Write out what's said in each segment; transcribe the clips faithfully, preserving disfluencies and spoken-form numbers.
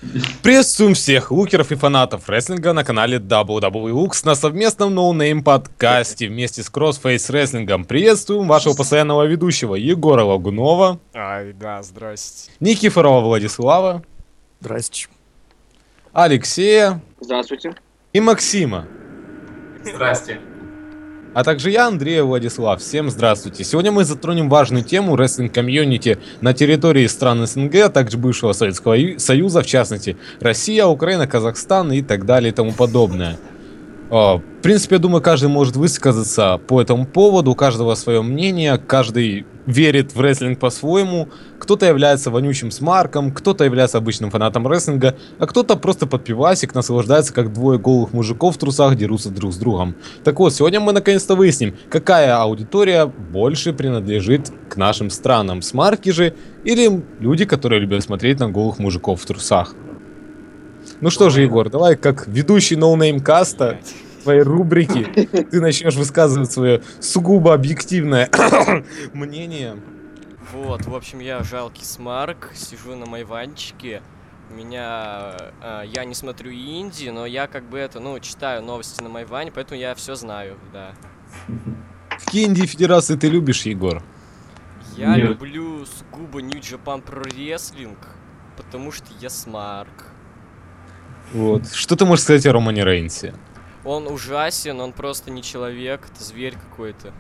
Приветствуем всех лукеров и фанатов рестлинга на канале дабл ю дабл ю и Lux на совместном ноунейм подкасте вместе с Crossface Wrestling'ом. Приветствуем вашего постоянного ведущего Егора Лагунова. Ай, да, здрасте. Никифорова Владислава. Здрасте. Алексея. Здравствуйте. И Максима. Здрасте. А также я, Андрей Владислав. Всем здравствуйте. Сегодня мы затронем важную тему рестлинг-комьюнити на территории стран СНГ, а также бывшего Советского Союза, в частности, Россия, Украина, Казахстан и так далее и тому подобное. В принципе, я думаю, каждый может высказаться по этому поводу, у каждого свое мнение, каждый верит в рестлинг по-своему. Кто-то является вонючим смарком, кто-то является обычным фанатом рестлинга, а кто-то просто под пивасик наслаждается, как двое голых мужиков в трусах дерутся друг с другом. Так вот, сегодня мы наконец-то выясним, какая аудитория больше принадлежит к нашим странам. Смарки же или люди, которые любят смотреть на голых мужиков в трусах. Ну что же, Егор, давай как ведущий ноунейм каста твоей рубрики ты начнешь высказывать свое сугубо объективное мнение. Вот, в общем, я жалкий смарк, сижу на майванчике. Меня... Э, я не смотрю инди, но я как бы это, ну, читаю новости на майване, поэтому я все знаю, да. Какие инди-федерации ты любишь, Егор? Я Нет. люблю сугубо New Japan Pro Wrestling, потому что я смарк. Вот. Что ты можешь сказать о Романе Рейнсе? Он ужасен, он просто не человек, это зверь какой-то.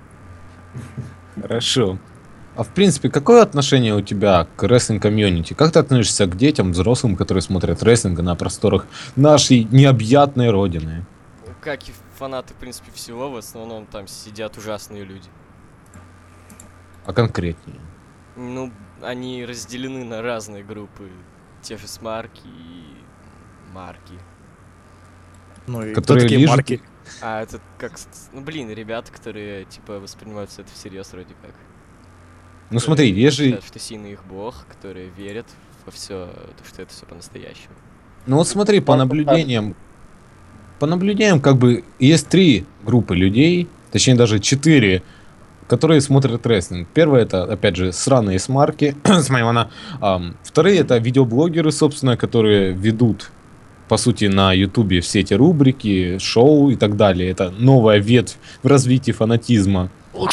Хорошо. А в принципе, какое отношение у тебя к рестлинг-комьюнити? Как ты относишься к детям, взрослым, которые смотрят рестлинг на просторах нашей необъятной родины? Как и фанаты, в принципе, всего, в основном там сидят ужасные люди. А конкретнее? Ну, они разделены на разные группы. Те же смарки и марки. Ну и Которые кто такие лижут- марки? А это как... с- Ну, блин, ребята, которые, типа, воспринимают всё это всерьез вроде как. Ну смотри, есть же... Считают, что сильный их бог, которые верят во все, что это все по-настоящему. Ну вот смотри, по наблюдениям... По наблюдениям, как бы, есть три группы людей, точнее даже четыре, которые смотрят рестлинг. Первое это, опять же, сраные смарки с Майвана. Ам, Вторые это видеоблогеры, собственно, которые ведут, по сути, на ютубе все эти рубрики, шоу и так далее. Это новая ветвь в развитии фанатизма.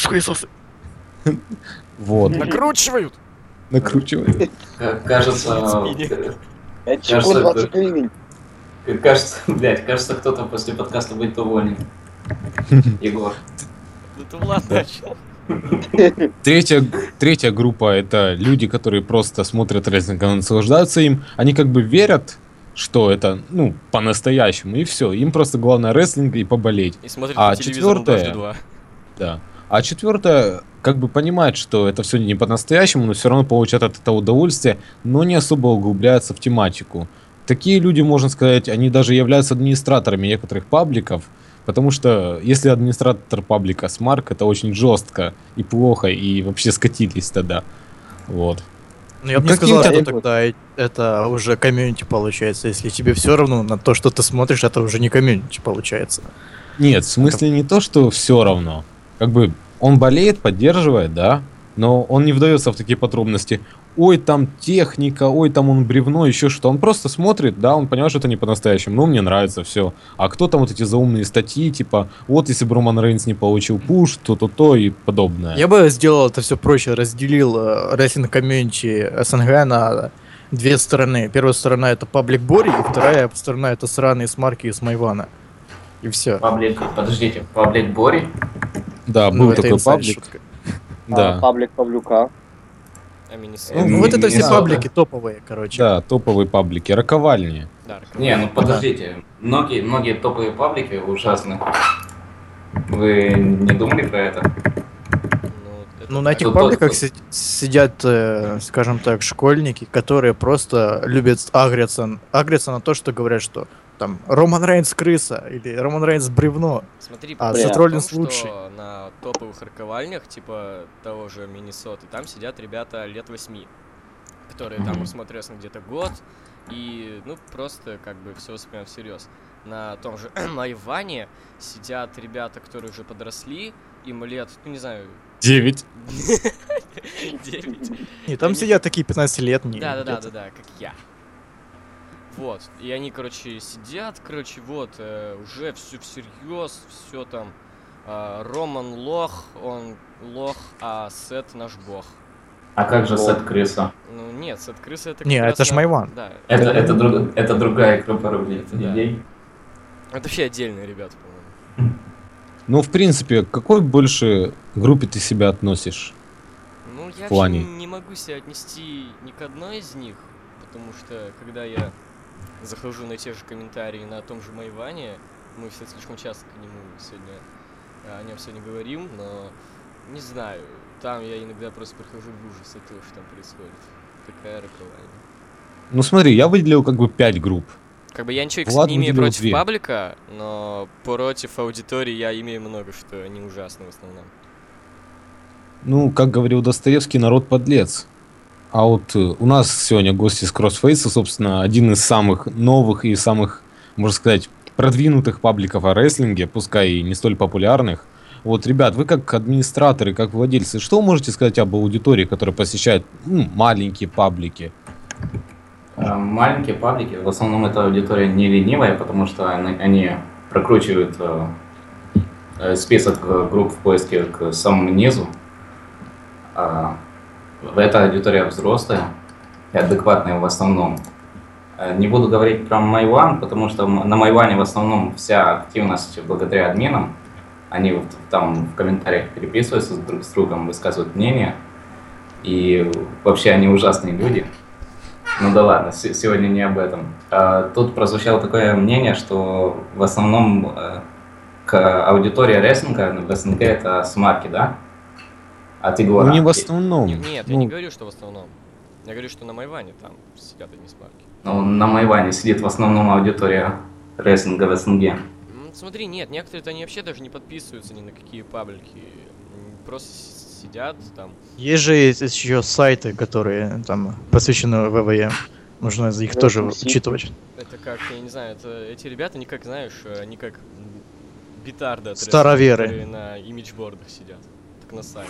Вот. Накручивают! Накручивают. Как кажется, Спине. Это Кажется, чеку двадцать это- гривен. э, кажется, блядь, кажется, кто-то после подкаста будет уволен. Егор. Ну ты Влад начал. Третья, третья группа это люди, которые просто смотрят рестлинг и наслаждаются им. Они как бы верят, что это, ну, по-настоящему, и все. Им просто главное рестлинг и поболеть. И смотрит А по телевизору четвёртое? «Дважды два». Да. А четвертое, как бы понимает, что это все не по-настоящему, но все равно получает от этого удовольствие, но не особо углубляется в тематику. Такие люди, можно сказать, они даже являются администраторами некоторых пабликов, потому что если администратор паблика смарк, это очень жестко и плохо, и вообще скатились тогда. Вот. Ну я бы Ну, не сказал, какие-то- что тогда и- это уже комьюнити получается. Если тебе все равно на то, что ты смотришь, это уже не комьюнити получается. Нет, в смысле не то, что все равно. Как бы он болеет, поддерживает, да, но он не вдается в такие подробности. Ой, там техника, ой, там он бревно, еще что. Он просто смотрит, да, он понимает, что это не по-настоящему. Ну, мне нравится, все. А кто там вот эти заумные статьи, типа, вот если бы Роман Рейнс не получил пуш, то-то-то и подобное. Я бы сделал это все проще, разделил э, рестлинг комьюнити СНГ на две стороны. Первая сторона это паблик Бори, и вторая сторона это сраные смарки из Майвана. И все. Паблик, подождите, паблик Бори? Да, был такой паблик. А, Да, Паблик Павлюка. А Миннесота. Ну, М, вот это все Миннесота. паблики топовые, короче. да, топовые паблики, роковальни. Да, Рок- Не, ну подождите, многие, многие топовые паблики ужасны. Вы не думали про это? Ну, это Ну, на так. этих Тут пабликах тот, си- сидят, э, скажем так, школьники, которые просто любят агриться, агриться на то, что говорят, что там Роман Рейнс крыса или Роман Рейнс бревно. Смотри, А прикол Сет в Роллинс том, лучший. что на топовых роковальнях, типа того же Миннесоты, там сидят ребята лет восьми, которые там Мгм. смотрят рестлинг где-то год, и, ну, просто как бы все воспринимают всерьез. На том же Майване сидят ребята, которые уже подросли, им лет, ну, не знаю, Девять. девять. И там Они- сидят такие пятнадцатилетние. Да-да-да, где-то. да, как я. Вот, и они, короче, сидят, короче, вот, э, уже все всерьез, все там. э, Роман лох, он лох, а Сет наш бог. А как же Сет Крыса? Ну нет, Сет крыса это Не, как это раз ж на- Майван. Да, Это, это, друг- это другая группа людей. Да. людей. это вообще отдельные ребята, по-моему. Ну, в принципе, к какой больше группе ты себя относишь? Ну, я плане. вообще не могу себя отнести ни к одной из них, потому что, когда я захожу на те же комментарии на том же Майване, мы все слишком часто к нему сегодня, о нем сегодня говорим, но не знаю, там я иногда просто прихожу в ужас от того, что там происходит. Такая роковая. Ну, смотри, я выделил как бы пять групп. Как бы я ничего, Влад кстати, не имею выделил против две. паблика, но против аудитории я имею много, что они ужасны в основном. Ну, как говорил Достоевский, народ подлец. А вот э, у нас сегодня гость из Кроссфейса, собственно, один из самых новых и самых, можно сказать, продвинутых пабликов о рестлинге, пускай и не столь популярных. Вот, ребят, вы как администраторы, как владельцы, что вы можете сказать об аудитории, которая посещает ну, маленькие паблики? Э, Маленькие паблики, в основном эта аудитория не ленивая, потому что они, они прокручивают э, э, список э, групп в поиске к самому низу. А, эта аудитория взрослая и адекватная в основном. Э, Не буду говорить про Майван, потому что м- на Майване в основном вся активность благодаря админам. Они вот там в комментариях переписываются друг с другом, высказывают мнение. И вообще они ужасные люди. Ну да ладно, се- сегодня не об этом. А, Тут прозвучало такое мнение, что в основном э, к аудитории рестлинга в СНГ это смарки, да? От Егора. Ну, не в И- основном. Не- Нет, я Ну, не говорю, что в основном. Я говорю, что на Майване там сидят одни спарки. Ну, на Майване сидит в основном аудитория рестлинга в СНГ. М, Смотри, нет, некоторые-то они вообще даже не подписываются ни на какие паблики. М, Просто с- сидят там. Есть же еще сайты, которые там посвящены ВВЕ. Нужно их Ну, тоже Сити. учитывать. Это как, я не знаю, это эти ребята, они как, знаешь, э, они как м, битарды от Староверы. рестлинга, которые на имиджбордах сидят. Так на сайте.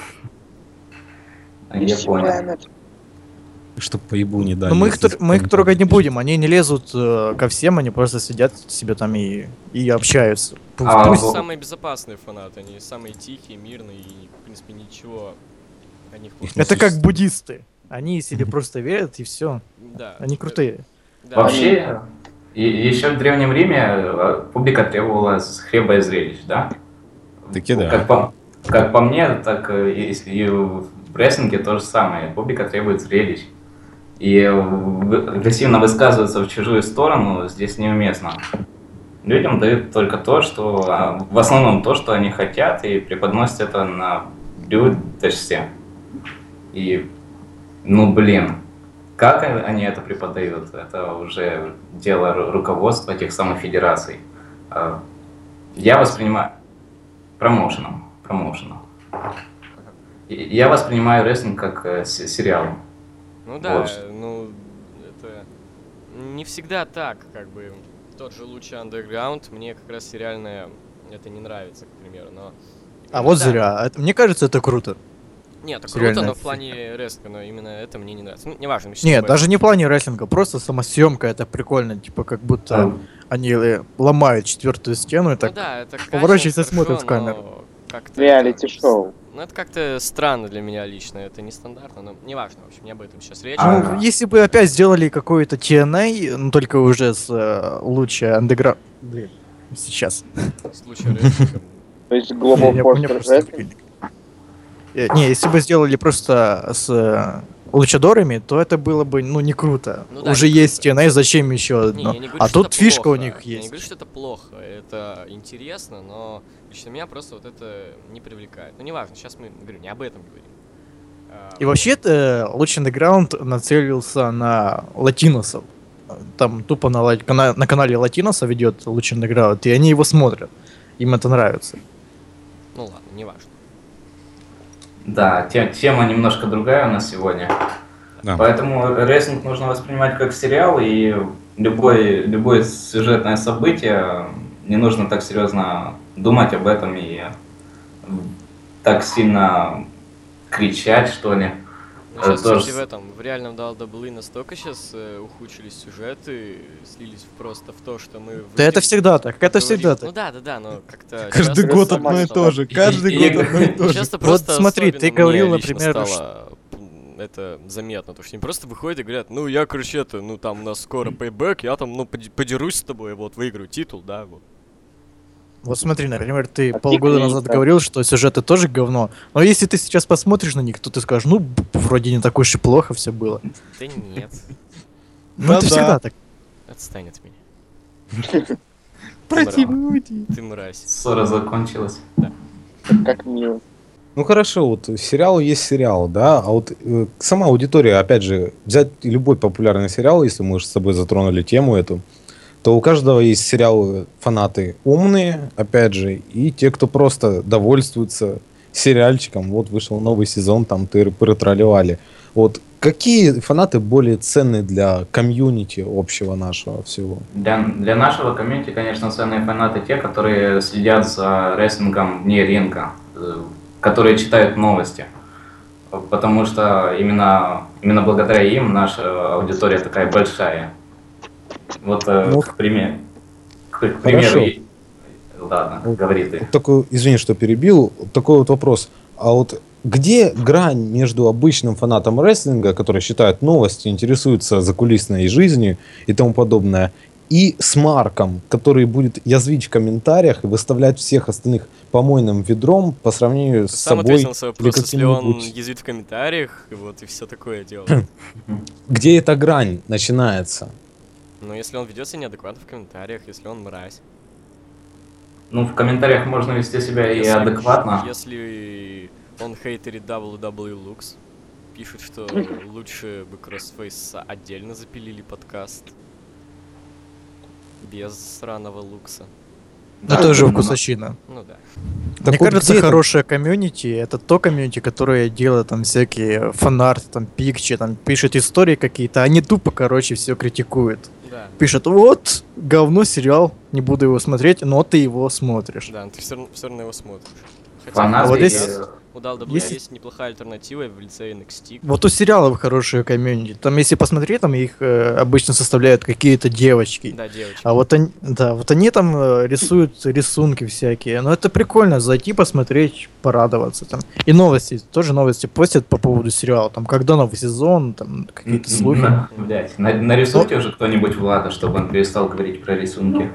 Я понял. чтоб по ебу не дали. Но мы их, если тр- мы их кто-нибудь трогать не пишет. будем, они не лезут э, ко всем, они просто сидят себе там и, и общаются. Пу- А, пусть- вот. Самые безопасные фанаты, они самые тихие, мирные и, в принципе, ничего о них плохого. Это как буддисты. Они себе просто верят и все. Да. Они крутые. Да. Вообще, и- еще в Древнем Риме э, публика требовала с хлеба и зрелищ, да? Таки да. Как по, как по мне, так э, и, и в рестлинге то же самое. Публика требует зрелищ. И э, вы- агрессивно высказываться в чужую сторону здесь неуместно. Людям дают только то, что... а, в основном то, что они хотят, и преподносят это на блюдечке. И, ну блин, как они это преподают, это уже дело ру- руководства тех самых федераций. А, Я воспринимаю... Промоушеном. Промоушеном. И- Я воспринимаю рестлинг как э, се- сериал. Ну да, Вот. ну это не всегда так, как бы тот же лучший андерграунд, мне как раз сериальное это не нравится, к примеру, но... А вот Да. зря. Это- мне кажется, это круто. Нет, это Сериальное. круто, но в плане рестлинга, но именно это мне не нравится. Ну, неважно, мы сейчас об Нет, этом. даже не в плане рестлинга, просто самосъемка, это прикольно. Типа как будто А, они э, ломают четвертую стену и Ну так. да, это поворачиваются и качественно, смотрят в хорошо, камеру. но как-то Реалити-шоу. это- Ну это как-то странно для меня лично, это нестандартно, но неважно, в общем, не об этом сейчас речь. А, Ну, если бы опять сделали какой-то ти эн эй, ну только уже с э, лучше андеграунд. Блин, сейчас. Случай рестлинга. То есть Не, Global я- у Force меня просто Wrestling. такой- Э, Не, если бы сделали просто с э, лучадорами, то это было бы, ну, не круто. Ну да, Уже не есть круто. ти эн эй, зачем еще Не, одно? я не говорю, А что тут это фишка плохо. у них Я не есть. говорю, что это плохо, это интересно, но лично меня просто вот это не привлекает. Ну неважно, сейчас мы, говорю, не об этом говорим. А, И вообще-то лучший андеграунд нацелился на латиносов. Там тупо на, ла- кана- на канале латиносов идет лучший андеграунд, и они его смотрят. Им это нравится. Ну ладно, неважно. Да, те- тема немножко другая у нас сегодня. Да. Поэтому рестлинг нужно воспринимать как сериал, и любое, любое сюжетное событие не нужно так серьезно думать об этом и так сильно кричать, что ли. Ну, Э, сейчас, тоже кстати, в с- этом, в реальном дабл ю дабл ю и настолько сейчас э, ухудшились сюжеты, слились в- просто в то, что мы... Да это вроде всегда так, это говорим- всегда Ну так. да, да, да, но как-то... Каждый часто год стало- одно и то же. Каждый И- год и- одно и то же. Часто Вот просто смотри, ты особенно говорил, мне лично например, стало м, это заметно, то что они просто выходят и говорят, ну я, короче, это, ну там у нас скоро пейбэк, я там, ну поди- подерусь с тобой, вот выиграю титул, да, вот. Вот смотри, например, ты А полгода ты назад клиника. говорил, что сюжеты тоже говно. Но если ты сейчас посмотришь на них, то ты скажешь, ну, б- вроде не так уж и плохо все было. Да нет, Ну, это Да-да. всегда так. отстань от меня. Противно уйти. Ты мразь. Ссора закончилась. Как мило. Ну хорошо, вот сериал есть сериал, да, а вот э, сама аудитория, опять же, взять любой популярный сериал, если мы уже с тобой затронули тему эту, то у каждого есть сериалы фанаты умные, опять же, и те, кто просто довольствуются сериальчиком, вот вышел новый сезон, там тыры-пыры тролливали. Вот какие фанаты более ценны для комьюнити общего нашего всего? Для, для нашего комьюнити, конечно, ценные фанаты те, которые следят за рестлингом вне ринга, э, которые читают новости. Потому что именно, именно благодаря им наша аудитория такая большая. Вот, э, Ну, к, примеру, к, к хорошо. примеру, и- ладно, Вот. говори ты. Вот такой, извини, что перебил, такой вот вопрос. А вот где грань между обычным фанатом рестлинга, который считает новости, интересуется закулисной жизнью и тому подобное, и с Марком, который будет язвить в комментариях и выставлять всех остальных помойным ведром по сравнению Ты с сам собой ответил на свой или вопрос, если он каким-нибудь. язвит в комментариях, вот, и все такое дело. Где эта грань начинается? Но если он ведет себя неадекватно в комментариях, если он мразь. Ну, в комментариях можно вести себя и Если- адекватно. Если он хейтерит дабл ю дабл ю Lux, пишет, что лучше бы Кроссфейса отдельно запилили подкаст. Без сраного Лукса. Это тоже вкусовщина. Ну да. Так Мне вот кажется, где это? хорошее комьюнити — это то комьюнити, которое делает там всякие фанарты, там, пикчи, там, пишет истории какие-то, они тупо, короче, все критикуют. Да. Пишет, вот, говно сериал, не буду его смотреть, но ты его смотришь. Да, но ты все равно, все равно его смотришь. Хотя Фанаты, А вот и- здесь- у дабл ю дабл ю Если- есть неплохая альтернатива в лице эн экс ти. Вот у сериалов хорошее комьюнити. Там, если посмотреть, там их э, обычно составляют какие-то девочки. Да, девочки. А вот они, да, вот они там э, рисуют рисунки всякие. Но это прикольно, зайти посмотреть, порадоваться там. И новости, тоже новости постят по поводу сериала. Там, когда новый сезон, там какие-то слухи. На- Блядь, на- нарисуйте уже кто-нибудь Влада, чтобы он перестал говорить про рисунки.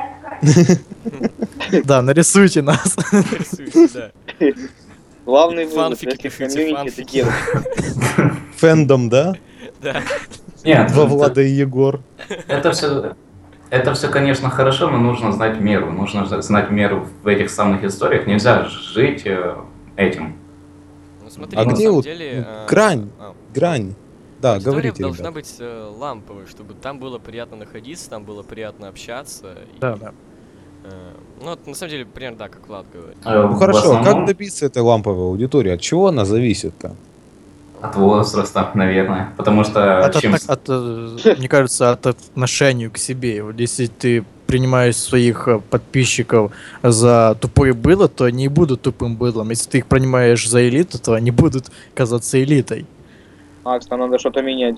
Да, нарисуйте нас. Рисуйте, да. Главный вывод, Фанфики если пишите, комьюнити это фанфики. девушка. Фэндом, да? Да. Нет, Во это- Влада и Егор. это все, это все, конечно, хорошо, но нужно знать меру. Нужно за- знать меру в этих самых историях. Нельзя жить э, этим. Ну смотри, А на где самом вот, деле... ну, э, грань? а, Грань. Да, История говорите, должна ребят. быть э, ламповой, чтобы там было приятно находиться, там было приятно общаться. и, Да, да. э, ну, вот, на самом деле, примерно, да, как Влад говорит. Э, Ну в хорошо, а основном как добиться этой ламповой аудитории? От чего она зависит-то? от возраста, наверное. Потому что От, чем... отно- от, э, мне кажется, от отношения к себе. Вот если ты принимаешь своих э, подписчиков за тупое было, то они и будут тупым быдлом. Если ты их принимаешь за элиту, то они будут казаться элитой. Макс, нам надо что-то менять.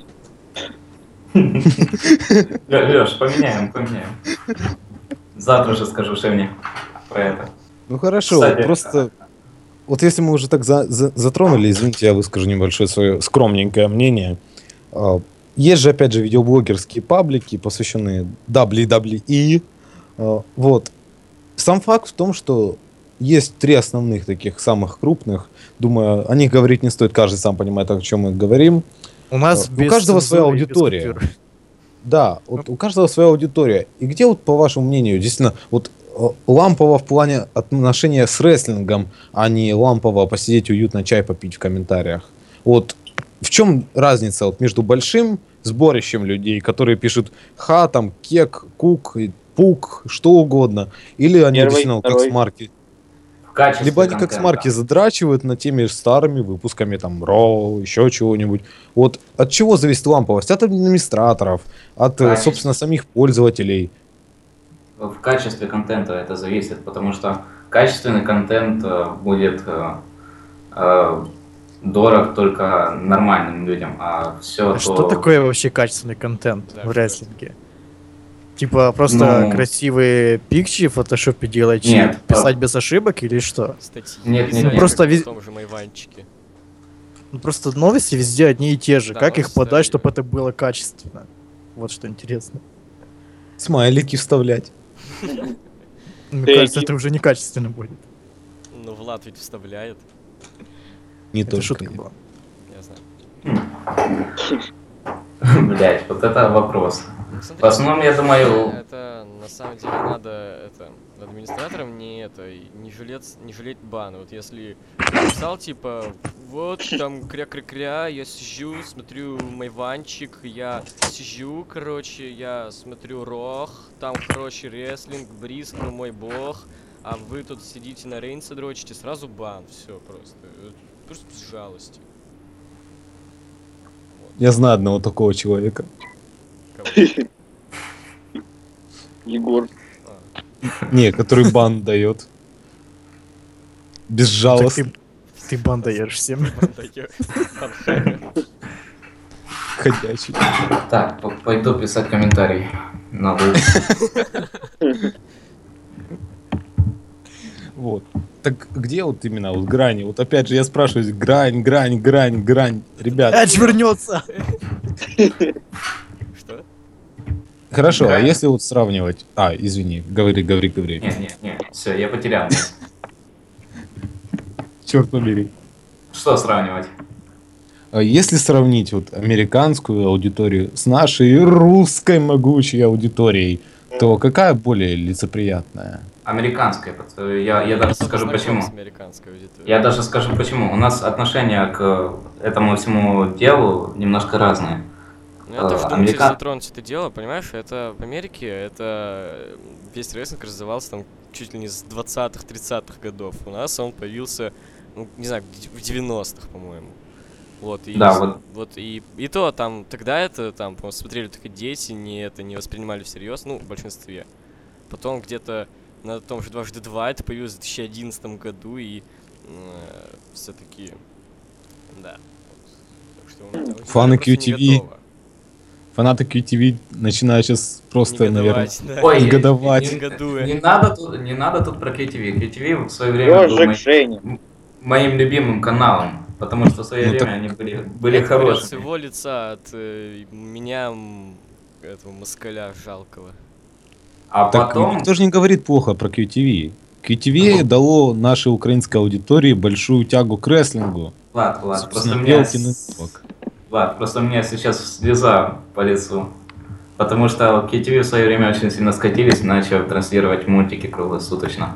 Леш, поменяем, поменяем. Завтра же скажу Шевне про это. Ну хорошо, Кстати, просто вот если мы уже так за- за- затронули, извините, я выскажу небольшое свое скромненькое мнение. А, Есть же, опять же, видеоблогерские паблики, посвященные дабл ю дабл ю и. А, Вот. Сам факт в том, что есть три основных таких самых крупных. Думаю, о них говорить не стоит, каждый сам понимает, о чем мы говорим. У нас У без каждого своя цензуры и без аудитория. купюр. Да, вот у каждого своя аудитория. И где вот, по вашему мнению, действительно, вот э, лампово в плане отношения с рестлингом, а не лампово посидеть уютно, чай попить в комментариях? Вот в чем разница вот между большим сборищем людей, которые пишут ха, там, кек, кук, и пук, что угодно, или они Первый, действительно как второй. с марки, В качестве либо они как с контента. марки задрачивают над теми же старыми выпусками, там, Ро, еще чего-нибудь. Вот от чего зависит ламповость? От администраторов, от, э, Конечно. собственно, самих пользователей. В качестве контента это зависит, потому что качественный контент э, будет э, э, дорог только нормальным людям, а все А то... что такое вообще качественный контент Да, в что рестлинге? Типа просто Ну- красивые пикчи в фотошопе делать, Нет, и писать без ошибок или что? Статьи. Нет, нет, писать, нет. Просто как виз- в том же Майванчике. Ну, просто новости везде одни и те же. Да, как их новости, подать, да, чтобы это было качественно? Вот что интересно. Смайлики вставлять. Мне Ты кажется, эти- это уже не качественно будет. Ну, Влад ведь вставляет, Не Это только. шутка я. была. я знаю. Блять, вот это вопрос. Смотри, В основном, я думаю, это на самом деле надо это администраторам не это и не жалеть не жалеть бан. Вот если написал типа вот там кря-кря-кря, я сижу, смотрю Майванчик, я сижу, короче, я смотрю Рох, там короче рестлинг, Бриск, ну мой бог, а вы тут сидите на Рейнса дрочите, сразу бан, все просто, э, просто без жалости. Я знаю одного такого человека. Кого? Егор. А, Не, который бан дает. Так Безжалостно. ты, ты бан даешь всем. бан даёт. Бан. Ходячий. так, п- пойду писать комментарий на лук. Вот. Так где вот именно вот грани? Вот опять же я спрашиваю, грань, грань, грань, грань. Ребят, Эдж вернется! Что? хорошо, а Грань. если вот сравнивать... А, извини, говори, говори, говори. Нет, нет, нет, все, я потерял. Черт побери. Что сравнивать? А если сравнить вот американскую аудиторию с нашей русской могучей аудиторией, то какая более лицеприятная? Американская. пот- Я, я даже скажу Знаком почему. с американской аудиторией. Я даже скажу почему. У нас отношение к этому всему делу немножко разное. Ну, я тоже э, думаю, Америка- кстати, затронуть это дело, понимаешь, это в Америке, это э, весь рестлинг развивался там чуть ли не с двадцатых-тридцатых годов. У нас он появился, ну, не знаю, в девяностых, по-моему. Вот, и, Да, с- вот. вот и, и то там, тогда это там, по-моему, смотрели только дети, не это не воспринимали всерьез, ну, в большинстве. Потом где-то на том же дважды два это появилось в две тысячи одиннадцатом году, и э, все-таки, да. Вот. Так что аудитория Фаны просто не кью ти ви. готова. Фанаты кью ти ви начинают сейчас просто, наверное... Негодовать, да. Ой, Негодовать. не, Негодуя. не надо тут, не надо тут про кей ти ви. кей ти ви в свое время был Ёжик мой- Женя. моим любимым каналом, потому что в свое Ну, время так- они были, были Это, говорят, с хорошими. его лица от э, меня, м, этого москаля жалкого. А Так потом... никто же не говорит плохо про кью ти ви. кью ти ви Ну. дало нашей украинской аудитории большую тягу к рестлингу. Влад, Влад, просто Собственно, у меня... Белкин и с- Новак. Влад, просто у меня сейчас слеза по лицу. Потому что кей ти ви в свое время очень сильно скатились и начали транслировать мультики круглосуточно.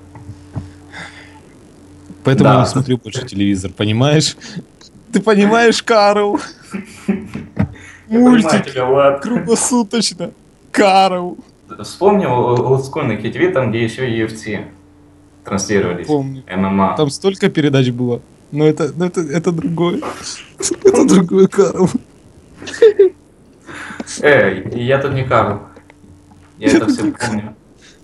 Поэтому Да. я не смотрю больше телевизор, понимаешь? Ты понимаешь, Карл? Я понимаю Мультики тебя, Влад. круглосуточно. Карл. Вспомнил олдскульный кей ти ви, там, где еще ю эф си транслировались. Помню. эм эм а. Там столько передач было. Но это, но это, это другое. Это другой Карл. Эй, я тут не Карл. Я это все помню.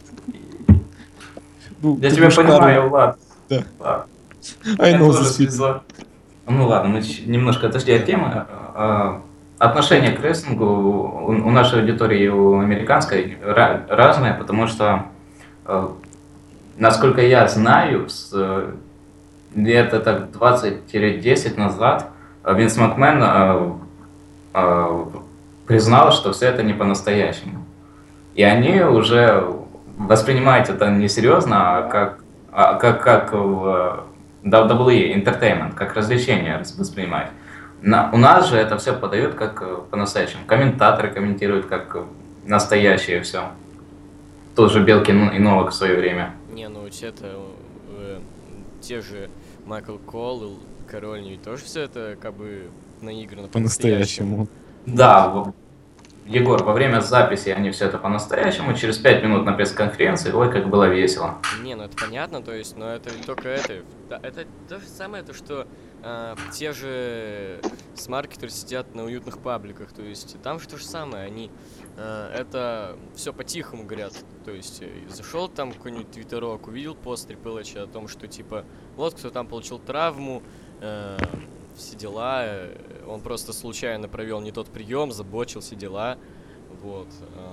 Ну, Я ты тебя будешь Карл. понимаю, Влад. Да. Влад. I Я know тоже this feeling. слезла. Ну ладно, мы ч- немножко отошли от темы. А, Отношение к рестлингу у у нашей аудитории и у американской ра- разное, потому что, э, насколько я знаю, с э, лет это двадцать-десять назад э, Винс Макмен э, э, признал, что все это не по-настоящему. И они уже воспринимают это не серьезно, а как, а как, как в дабл ю дабл ю и, entertainment, как развлечение воспринимают. На, у нас же это все подают как э, по-настоящему. Комментаторы комментируют как э, настоящее все. Тот же Белкин и Новак в свое время. Не, ну ведь это э, те же Майкл Кол и Король, ведь тоже все это как бы наиграно По-настоящему. Да, в- Егор, во время записи они все это по-настоящему. Через пять минут на пресс-конференции, ой, как было весело. Не, ну это понятно, то есть, но это не только это. Да, это то же самое, то что э, те же смарки, которые сидят на уютных пабликах, то есть там же то же самое, они э, это все по-тихому говорят. То есть э, зашел там какой-нибудь твиттерок, увидел пост Triple H о том, что типа вот кто там получил травму, э, все дела. э, Он просто случайно провел не тот прием, забочил все дела. Вот.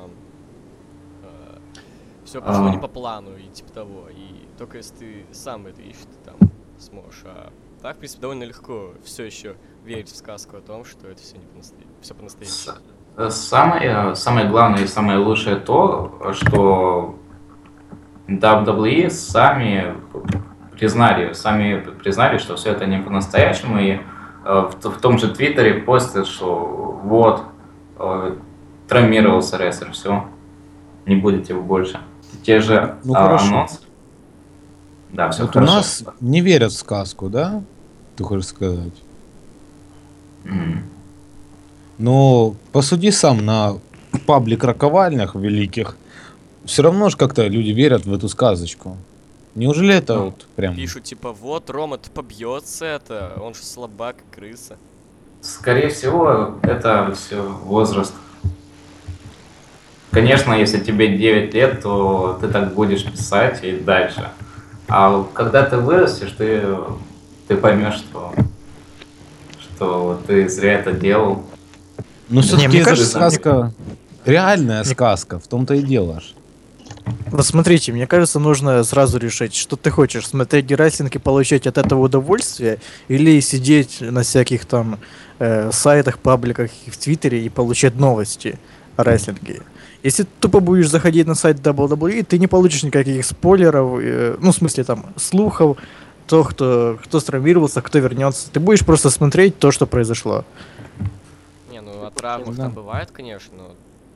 Все пошло А. не по плану и типа того. И только если ты сам это ищешь, ты там сможешь. А так, в принципе, довольно легко все еще верить в сказку о том, что это все не по-настоящему. Все по-настоящему. С- Самое, самое главное и самое лучшее то, что дабл ю дабл ю и сами признали, сами признали, что все это не по-настоящему, и э, в, т- в том же Твиттере постят, что вот, э, травмировался рестлер, все, не будет его больше. Те же Ну, а, хорошо. анонсы. Да, все Вот хорошо. у нас не верят в сказку, да? Ты хочешь сказать? М. Но посуди сам на паблик-роковальнях великих. Все равно же как-то люди верят в эту сказочку. Неужели это Ну, вот прям... Пишут, типа, вот, Рома-то побьется это, он же слабак и крыса. Скорее всего, это все возраст. Конечно, если тебе девять лет, то ты так будешь писать и дальше. А когда ты вырастешь, ты, ты поймешь, что, что ты зря это делал. Ну, все-таки мне это же кажется, сказка... Реальная мне- сказка, в том-то и дело ж. Вот смотрите, мне кажется, нужно сразу решить, что ты хочешь, смотреть рестлинг и получать от этого удовольствие, или сидеть на всяких там э, сайтах, пабликах и в Твиттере и получать новости о рестлинге. Если ты тупо будешь заходить на сайт дабл ю дабл ю и, ты не получишь никаких спойлеров, э, ну, в смысле, там, слухов, то, кто, кто травмировался, кто вернется. Ты будешь просто смотреть то, что произошло. Не, ну, о травмах Да. там бывает, конечно, но...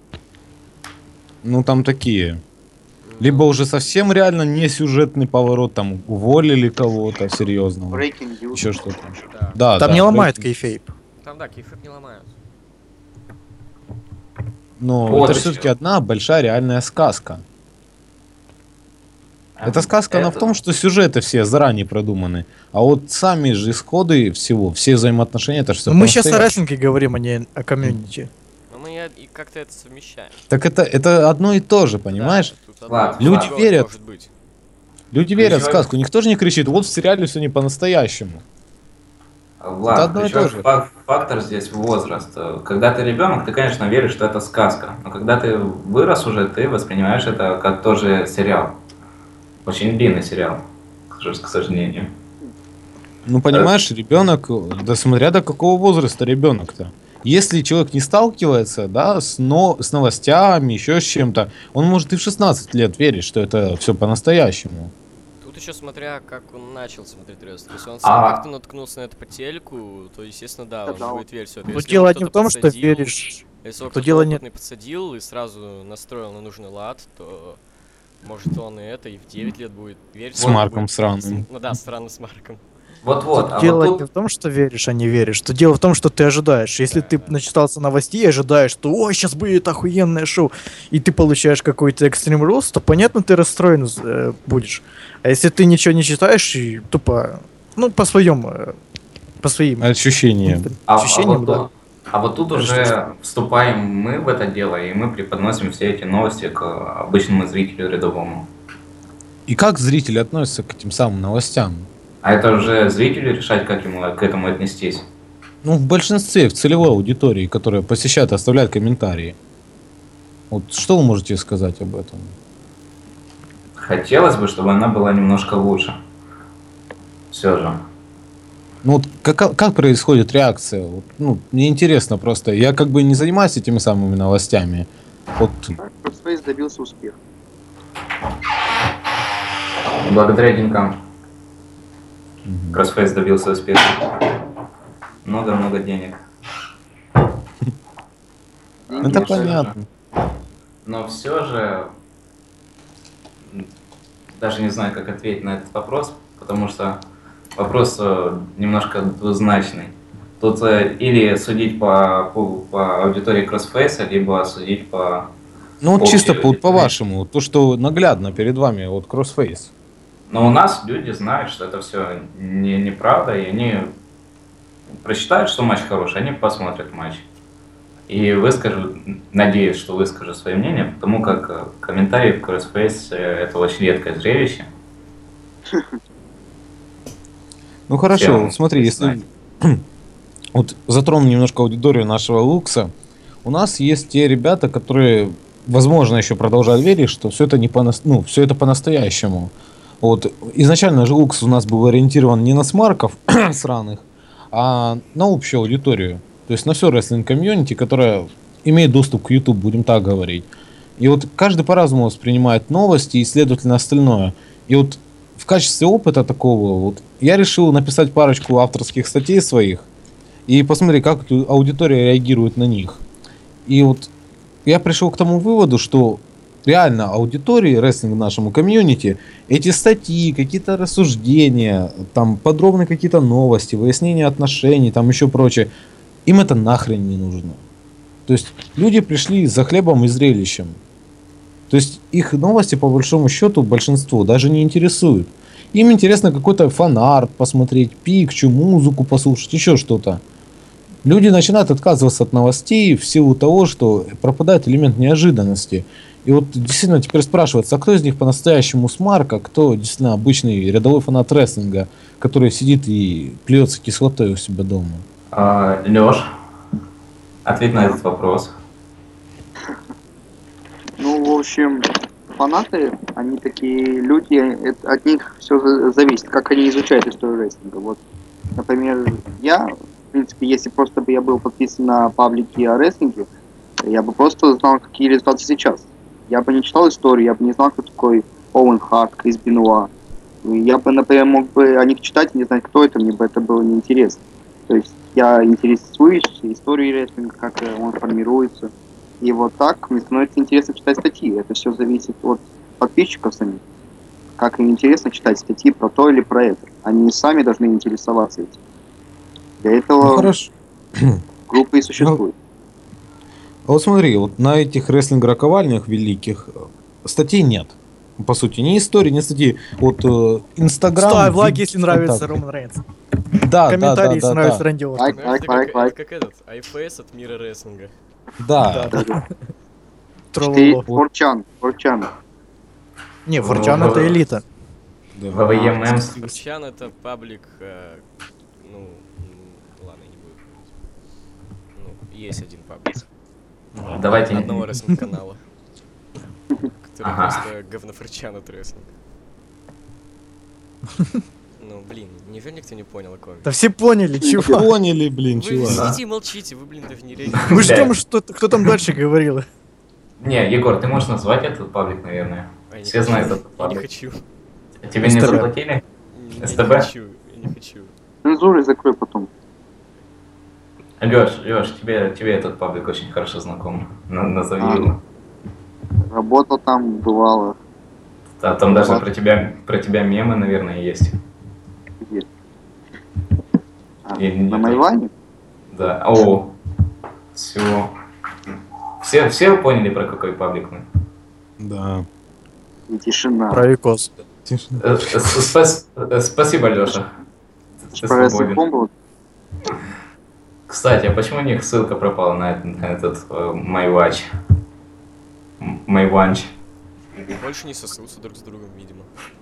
Ну, там такие. Либо уже совсем реально не сюжетный поворот, там уволили кого-то серьезного. Breaking news. Еще что-то. Да. Да, Там да, не ломают breaking. кейфейп. Там, да, кейфэп не ломают. Но Вот это еще. все-таки одна большая реальная сказка. Эта сказка, она в Это- том, что сюжеты все заранее продуманы. А вот сами же исходы всего, все взаимоотношения, это все Мы сейчас о рестлинге говорим, а не о комьюнити. Но мы и- и как-то это совмещаем. Так это, это одно и то же, понимаешь? Да, тут одно Ладно, без Люди другого верят. может быть. Люди верят в Ключевой- сказку. Никто же не кричит, вот в сериале все не по-настоящему. Влад, Это одно и ключевой то же. фак- фактор здесь возраст. Когда ты ребенок, ты, конечно, веришь, что это сказка. Но когда ты вырос уже, ты воспринимаешь это как тоже сериал. Очень длинный сериал, к сож- к сожалению. Ну, понимаешь, ребенок, да смотря до какого возраста ребенок-то. Если человек не сталкивается, да, с, но, с новостями, еще с чем-то, он может и в шестнадцать лет верить, что это все по-настоящему. Тут еще смотря, как он начал смотреть рестлинг. Если он А. сам как-то наткнулся на это по телеку, то, естественно, да, он Да-да. будет верить в это. Но Если дело его не в кто-то том, что подсадил, веришь. Если его то кто-то дело не- опытный подсадил и сразу настроил на нужный лад, то может он и это, и в девять лет будет верить. С что он Марком будет- сраным. Ну да, странно с Марком. Вот-вот, а дело вот не тут в том, что веришь, а не веришь. То дело в том, что ты ожидаешь. Если ты начитался новостей и ожидаешь, что «Ой, сейчас будет охуенное шоу», и ты получаешь какой-то Extreme Rules, то, понятно, ты расстроен э, будешь. А если ты ничего не читаешь и тупо, ну, по своем, э, по своим Ощущение. А, а ощущениям, вот, да. тут- а вот тут уже вступаем мы в это дело, и мы преподносим все эти новости к обычному зрителю рядовому. И как зрители относятся к этим самым новостям? А это уже зрителю решать, как ему к этому отнестись. Ну, в большинстве, в целевой аудитории, которая посещает, оставляет комментарии. Вот что вы можете сказать об этом? Хотелось бы, чтобы она была немножко лучше. Все же. Ну вот как, как происходит реакция? Вот, ну, мне интересно просто. Я как бы не занимаюсь этими самыми новостями. Вот, Crossface добился успеха. Благодаря деньгам мгм. Crossface добился успеха. Много-много денег. Деньги это решают. понятно. Но все же м, даже не знаю, как ответить на этот вопрос, потому что вопрос э, немножко двузначный. Тут э, или судить по, по, по аудитории Crossface, либо судить по... Ну вот общей чисто по, аудитории. по-вашему, то, что наглядно перед вами, вот Crossface. Но у нас люди знают, что это все не, неправда, и они прочитают, что матч хороший, они посмотрят матч. И выскажу, надеюсь, что выскажу свое мнение, потому как э, комментарии в Crossface э, это очень редкое зрелище. Ну хорошо, Всем вот смотри, если знать. вот затрону немножко аудиторию нашего Лукса, у нас есть те ребята, которые, возможно, еще продолжают верить, что все это не по ну, все это по-настоящему. Вот изначально же Лукс у нас был ориентирован не на смарков сраных, а на общую аудиторию. То есть на все рестлинг комьюнити, которая имеет доступ к YouTube, будем так говорить. И вот каждый по-разному воспринимает новости и, следовательно, остальное. И вот в качестве опыта такого вот я решил написать парочку авторских статей своих и посмотреть, как аудитория реагирует на них. И вот я пришел к тому выводу, что реально аудитории рестлинг нашему комьюнити, эти статьи, какие-то рассуждения, там подробные какие-то новости, выяснение отношений, там еще прочее, им это нахрен не нужно. То есть люди пришли за хлебом и зрелищем. То есть их новости, по большому счету, большинство даже не интересуют. Им интересно какой-то фан-арт посмотреть, пикчу, музыку послушать, еще что-то. Люди начинают отказываться от новостей в силу того, что пропадает элемент неожиданности. И вот действительно теперь спрашивается, а кто из них по-настоящему смарк, а кто действительно обычный рядовой фанат рестлинга, который сидит и плюется кислотой у себя дома? А, Лёш, ответь на этот вопрос. Ну, в общем, фанаты, они такие люди, это, от них все зависит, как они изучают историю рестлинга. Вот, например, я, в принципе, если просто бы я был подписан на паблики о рестлинге, я бы просто знал, какие результаты сейчас. Я бы не читал историю, я бы не знал, кто такой Оуэн Харт, Крис Бенуа. Я бы, например, мог бы о них читать и не знать, кто это, мне бы это было неинтересно. То есть я интересуюсь историей рестлинга, как он формируется. И вот так мне становится интересно читать статьи. Это все зависит от подписчиков самих. Как им интересно читать статьи про то или про это. Они сами должны интересоваться этим. Для этого Ну, хорошо. группы и существуют. А вот смотри, вот на этих рестлинг-роковальнях великих статей нет. По сути, ни истории, ни статьи. Вот э, Инстаграм... Ставь лайк, вид- если нравится ВКонтакте. Роман Рейнс. Да, да, Комментарий, да, если да, нравится да. Рэнди Ортон. Лайк, Ну, лайк, это лайк, как, лайк. это как этот, ай эф эс от мира рестлинга. Да. Да, да. Троллоло. Форчан, Форчан. Не, Форчан это элита. Да. ВВЕМ. Форчан это паблик, э, ну, м, ладно, я не буду говорить. Ну, есть один паблик. Давайте. Одного рестлинг-канала. Который Ага. просто говнофорчан от рестлинга. Ну, блин, неужели никто не понял, о ком я? Да все поняли, чувак. Поняли, блин, Вы чувак. сидите и молчите, вы, блин, даже не реагируете. Мы ждем, что кто там дальше говорил. Не, Егор, ты можешь назвать этот паблик, наверное. А, я не Все хочу. знают этот Я не паблик. хочу. Тебе не СТБ. заплатили? Я СТБ? не хочу. Я не хочу. Цензурой закрой потом. Лёш, Лёш, тебе, тебе этот паблик очень хорошо знаком. На- Назови А. его. Работал там, бывало. Да, там даже Ладно. про тебя, про тебя мемы, наверное, есть. Где? А, И не на только. Майване? Да. О, все. Все, все поняли, про какой паблик мы? Да. И тишина. Про Викос. Тишина. Э, э, спас- э, Спасибо, Лёша. Ты Про свободен. СМКом был? Кстати, а почему у них ссылка пропала на этот, на этот э, MyWatch? М- MyWatch. Больше не сосутся друг с другом, видимо.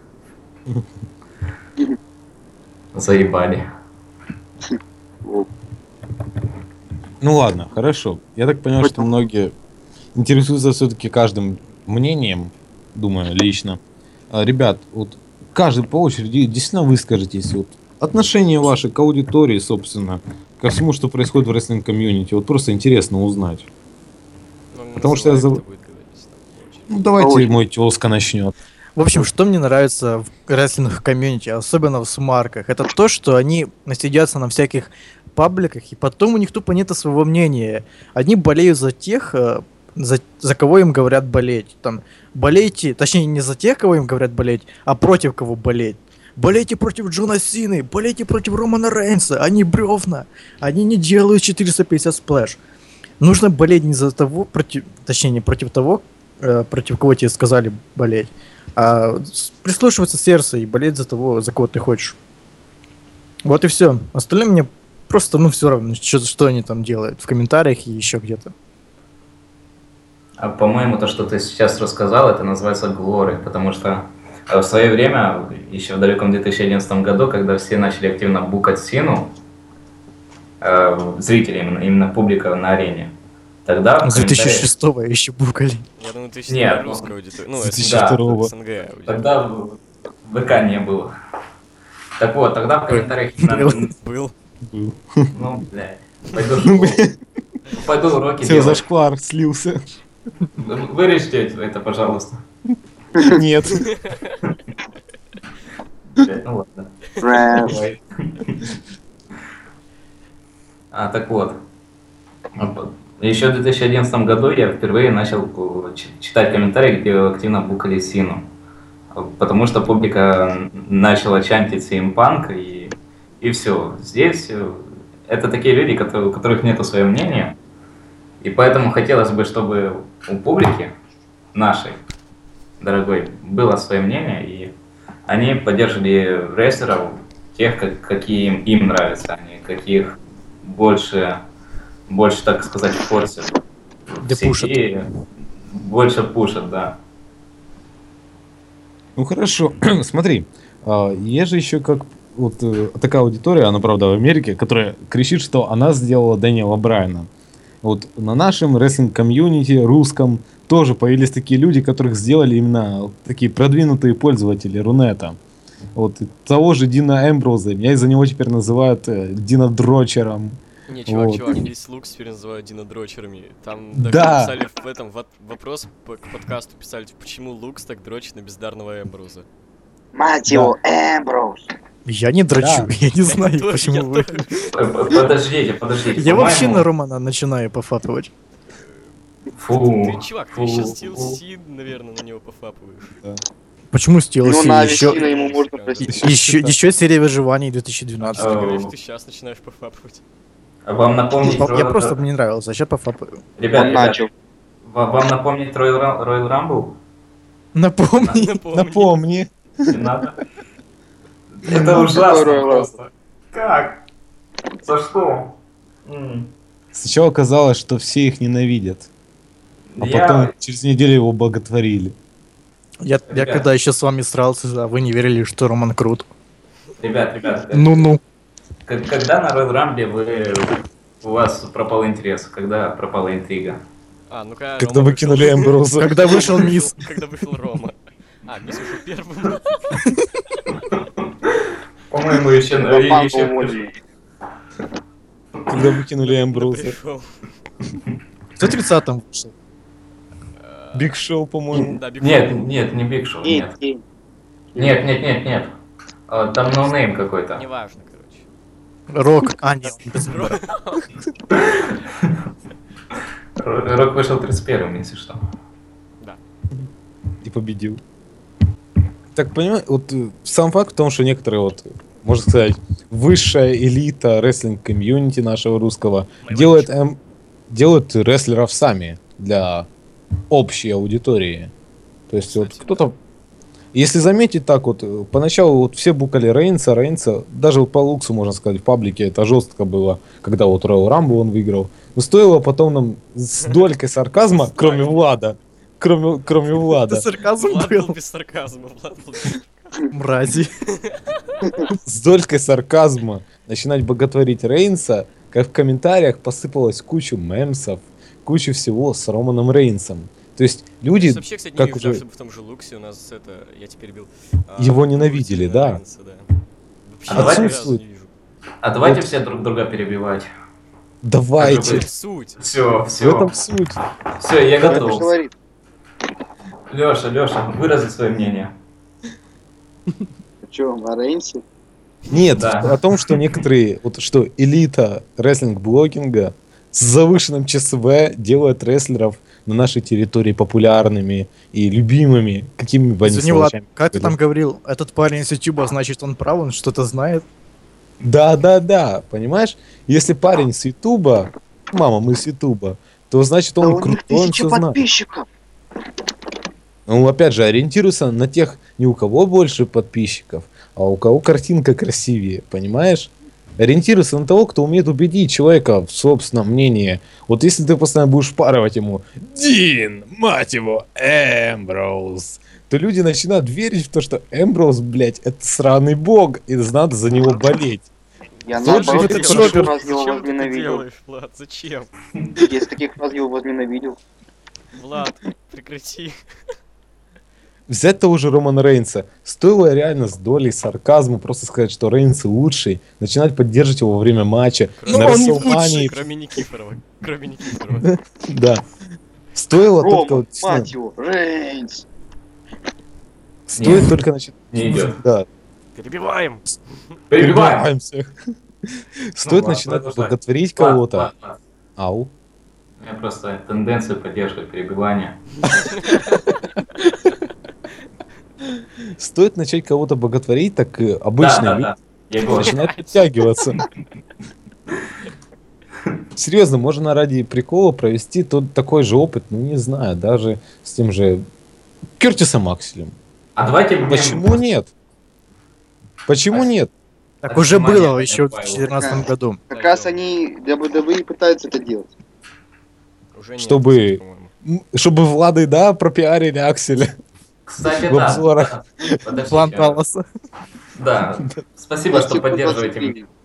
Заебали. О, Ну ладно, хорошо. Я так понимаю, что многие интересуются все-таки каждым мнением, думаю, лично. А, ребят, вот каждый по очереди действительно выскажитесь. Вот, отношение ваше к аудитории, собственно, ко всему, что происходит в рестлинг-комьюнити. Вот просто интересно узнать. Ну, Потому что я называй, зав- кто будет говорить там, по очереди. Ну давайте Очень. мой тезка начнет. В общем, что мне нравится в рестлинг комьюнити, особенно в смарках, это то, что они насидятся на всяких пабликах, и потом у них тупо нет своего мнения. Одни болеют за тех, э, за, за кого им говорят болеть. Там, болейте, точнее, не за тех, кого им говорят болеть, а против кого болеть. Болейте против Джона Сины, болейте против Романа Рейнса, они бревна, они не делают четыреста пятьдесят сплэш. Нужно болеть не за того, против, точнее, не против того, э, против кого тебе сказали болеть, а с- прислушиваться сердце и болеть за того, за кого ты хочешь. Вот и все. Остальное мне просто, ну, все равно, что, что они там делают в комментариях и еще где-то. А по-моему, то, что ты сейчас рассказал, это называется глоры, потому что В свое время, еще в далеком две тысячи одиннадцатом году, когда все начали активно букать Сину, э, зрители, именно, именно публика на арене, тогда... С две тысячи шестого еще букали. Я думаю, ты Нет, не русская аудитория. Ну, с это две тысячи второго. СНГ аудитория. Тогда ВК не было. Так вот, тогда в комментариях... на- Был. Ну, блядь, пойду в школу. Пойду уроки Все, делать. зашквар слился. Вырежьте это, пожалуйста. Нет. Блядь, ну ладно. Рэп. Давай. А, так вот. Еще в две тысячи одиннадцатом году я впервые начал э, ч- читать комментарии, где активно букали Сину. Потому что публика начала чантить симпанк и, и все. Здесь э, это такие люди, которые, у которых нету своего мнения. И поэтому хотелось бы, чтобы у публики нашей, дорогой, было свое мнение, и они поддерживали рестлеров, тех, как, какие им, им нравятся, а не каких больше, больше, так сказать, форсят. в Да пушат. сети. Больше пушат, да. Ну хорошо, смотри, а, есть же еще как вот э, такая аудитория, она правда в Америке, которая кричит, что она сделала Дэниела Брайана. Вот на нашем рестлинг-комьюнити русском тоже появились такие люди, которых сделали именно такие продвинутые пользователи Рунета. Вот того же Дина Эмброуза, меня из-за него теперь называют э, Дина Дрочером. Не, чувак, Вот. чувак, весь Лукс теперь называют динодрочерами. Там даже Да. написали в этом вот вопрос по- к подкасту, писали, типа, почему Лукс так дрочит на бездарного Эмброуза. Мать его, Эмброуз. Я не дрочу, Да. я не знаю, Я тоже- почему я вы... тоже. П- п- Подождите, подождите. Я вообще по-моему- на Романа начинаю пофатывать. Фу. Ты, чувак, ты фу, сейчас Стил фу. Си, наверное, на него пофапываешь. Почему с Ну, Ти Эл Си? на Еще, Авесина ему можно простить. Еще еще, что-то. еще серия выживаний две тысячи двенадцатого. Ты Ау. говоришь, ты сейчас начинаешь пофапывать. А Вам напомнить... Я Royal- просто мне нравился, а сейчас пофапаю. Ребят, Он ребят, начал. ва- вам напомнить Royal Ра- Royal Rumble? Напомни. Напомни. Напомни. Не надо. Это ужасно Royal Rumble? просто. Как? За что? М. Сначала казалось, что все их ненавидят, а Я- потом через неделю его боготворили. Я, я Ребят. когда еще с вами срался, а вы не верили, что Роман крут. Ребят, ребят, Ну-ну. к- когда на Royal Rumble вы... у вас пропал интерес? Когда пропала интрига? А, ну-ка, Когда Рома выкинули вышел. Эмброуза. Когда вышел Мисс. Когда вышел Рома. А, Мисс вышел первым. По-моему, еще... Папа еще- уволили. Когда выкинули Эмброуза. Пришел. Кто тридцатым вышел? Биг Шоу, по-моему. Да, Биг Нет, Шоу. нет, не Биг Шоу, Эй, нет. эй. Нет, нет, нет, нет. А, Там ноунейм какой-то. Неважно, короче. Рок. А, нет. без- Р- Рок вышел тридцать первым, если что. И победил. Так, понимаешь, вот э, сам факт в том, что некоторые, вот, можно сказать, высшая элита рестлинг-комьюнити нашего русского делает, эм, делают рестлеров сами для общей аудитории. То есть вот Кстати, кто-то... Если заметить так вот, э, поначалу вот все букали Рейнса, Рейнса, даже вот по Луксу, можно сказать, в паблике это жестко было, когда вот Royal Rumble он выиграл. Но стоило потом нам с долькой сарказма, кроме Влада, кроме, кроме Влада, Это сарказм Влад был был. без сарказма. Влад был... Мрази. с долькой сарказма начинать боготворить Рейнса, как в комментариях посыпалось кучу мемсов, кучу всего с Романом Рейнсом. То есть люди, Сейчас вообще, кстати, не как вижу, уже- чтобы в том же Луксе у нас это... Я теперь бил... а, Его ненавидели, Лукса да. Рейнса, да. Вообще А ни разу отсутствует. не вижу. А давайте Вот. все друг друга перебивать. давайте, В этом суть. Все, в все. этом суть. Все, я Кто это готов. говорит? Леша, Леша, вырази свое мнение. Че, о Рейнсе? Нет, Да. о том, что некоторые, вот что элита рестлинг-блогинга с завышенным ЧСВ делает рестлеров на нашей территории популярными и любимыми, какими бы они Извини, Влад, сволочами как ты были. там говорил, этот парень с Ютуба, значит, он прав, он что-то знает. Да, да, да, понимаешь? Если парень с Ютуба, мама, мы с Ютуба, то значит Да он у них крутой, он тысяча все знает. подписчиков. Ну, опять же, ориентируется на тех, не у кого больше подписчиков, а у кого картинка красивее, понимаешь? Ориентируйся на того, кто умеет убедить человека в собственном мнении. Вот если ты постоянно будешь впарывать ему «Дин, мать его, Эмброуз», то люди начинают верить в то, что Эмброуз, блядь, это сраный бог, и надо за него болеть. Я Слушай, наоборот это таких Шопер. фраз его Зачем ты это возненавидел. делаешь, Влад? Зачем? Если таких фраз его возненавидел. Влад, прекрати. Взять того же Романа Рейнса. Стоило реально с долей сарказма просто сказать, что Рейнс лучший, начинать поддерживать его во время матча. Но на он не Расселмании. Кроме Никифорова. Кроме Никифорова. Да. Стоило только... Рома, вот, действительно, мать его, Рейнс. Стоит Нет. только начать... Не идет. Да. Перебиваем. Перебиваем! всех. Стоит ладно, начинать продолжай. благотворить Ладно, кого-то. ладно, ладно. Ау. Я просто тенденцию поддерживаю перебивания. Стоит начать кого-то боготворить, так и Да, обычные да, люди да. Я говорю. начинают подтягиваться. Серьезно, можно ради прикола провести тот такой же опыт, ну не знаю, даже с тем же Кертисом Акселем. А давайте... Почему нет? Почему нет? Так Это уже внимание, было еще в Павел. две тысячи четырнадцатом году. Как раз они для дабл ю дабл ю и пытаются это делать. Уже нет, Чтобы- по-моему. М, Чтобы Влады, да, пропиарили Акселя. Кстати, в да. обзорах. да. Подождите. План Далласа. Да. Спасибо, что Секунд поддерживаете. двадцать три.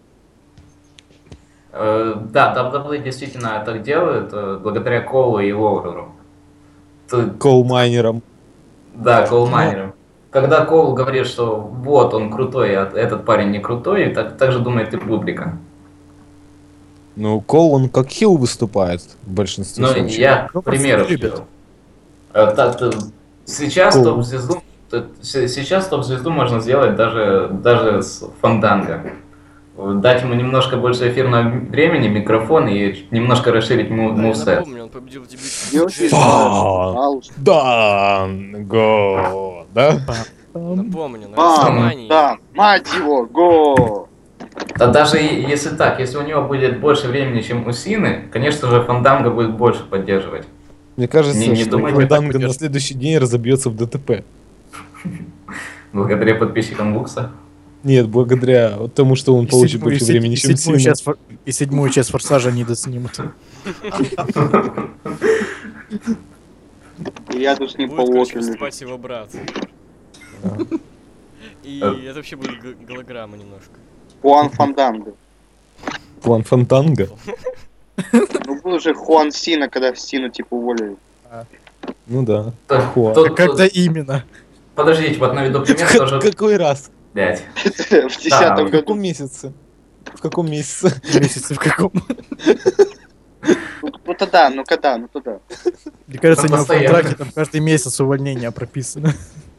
Э, Да, дабл ю дабл ю и действительно так делают, э, благодаря Колу и Лоуреру. Т- Коул-майнером. Да, Коул-майнером. Когда Коул говорит, что вот он крутой, а этот парень не крутой, так, так же думает и публика. Ну, Коул, он как хил выступает в большинстве Ну, случаев. я Ну, к примеру просто любят. привел. Э, так, э, сейчас Коул. топ-звезду т- с- сейчас топ-звезду можно сделать даже, даже с Фанданго. Дать ему немножко больше эфирного времени, микрофон и немножко расширить му- Да, я мувсет. напомню, он победил в дебюте. Делайте Фа. пожалуйста. Данго, да? Напомню, на Бам, Расселмании. да, мать его, го! Да даже и- если так, если у него будет больше времени, чем у Сины, конечно же, Фанданго будет больше поддерживать. Мне кажется, Не- не что думайте, Данго так на будет. следующий день разобьется в ДТП. Благодаря подписчикам Лукса. Нет, благодаря тому, что он И получит седьмую- больше и времени, чем седьмую Сина. часть фор- И седьмую часть Форсажа не доснимут. И рядом с ним Будет, Пол короче, Уокер лежит. выступать его брат. Да. И Э. это вообще будет г- голограмма немножко. Хуан Фанданго. План Фантанго. Ну был же Хуан Сина, когда Сину типа уволили. Ну да. То- Хуа. то- А когда именно? Подождите, вот наведу пример Ка- тоже. Какой раз? Блять. В В десятом году. каком месяце? В каком месяце? Месяце в каком? Ну, ну тогда, ну когда, ну тогда. Мне кажется, у Ну, него в постоянно. контракте там каждый месяц увольнения прописано.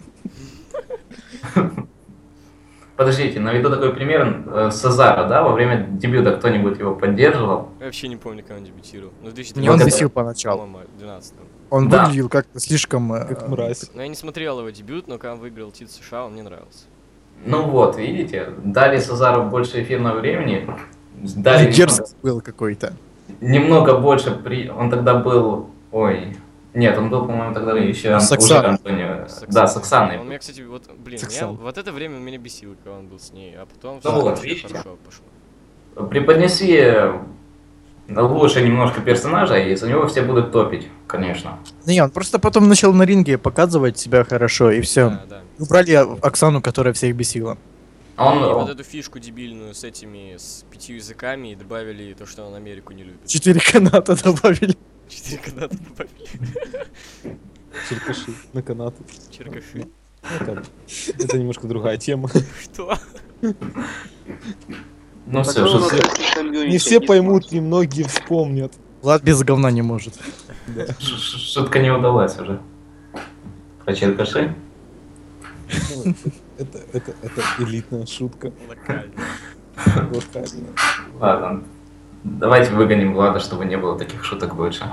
Подождите, наведу такой пример. э, Сазара, да, во время дебюта кто-нибудь его поддерживал? Я вообще не помню, когда он дебютировал. Ну, в две тысячи Не он это- бесил поначалу. по-моему, двенадцатом. Он Да. выглядел как-то слишком... э, Как мразь. Но я не смотрел его дебют, но когда он выиграл титул США, он мне нравился. Ну вот, видите, дали Сазару больше эфирного времени, дали немного, Дерзкий был какой-то. немного больше при... Он тогда был... Ой... Нет, он был, по-моему, тогда еще С уже Оксаной. Антонио. С Да, с Оксаной. Оксаной. Он меня, кстати, вот, блин, С меня, Оксаной. вот это время меня бесило, когда он был с ней, а потом Ну всё вот, вообще видите? хорошо пошло. Преподнеси лучше немножко персонажа, и за него все будут топить, конечно. Не, он просто потом начал на ринге показывать себя хорошо, и все. Да, да. Убрали Оксану, которая всех бесила. Он... И вот эту фишку дебильную с этими, с пятью языками, и добавили то, что он Америку не любит. Четыре каната добавили. Четыре каната добавили. Черкаши на канаты. Черкаши. Ну, как, это немножко другая тема. Что? Ну все, Такое у нас шутка, wrestling community, Не все не поймут, сможет. немногие вспомнят. Влад без говна не может. ш- ш- шутка не удалась уже. Про черкаши? Ну, Это, это, это элитная шутка. Локально. Локальная. Ладно. Давайте выгоним Влада, чтобы не было таких шуток больше.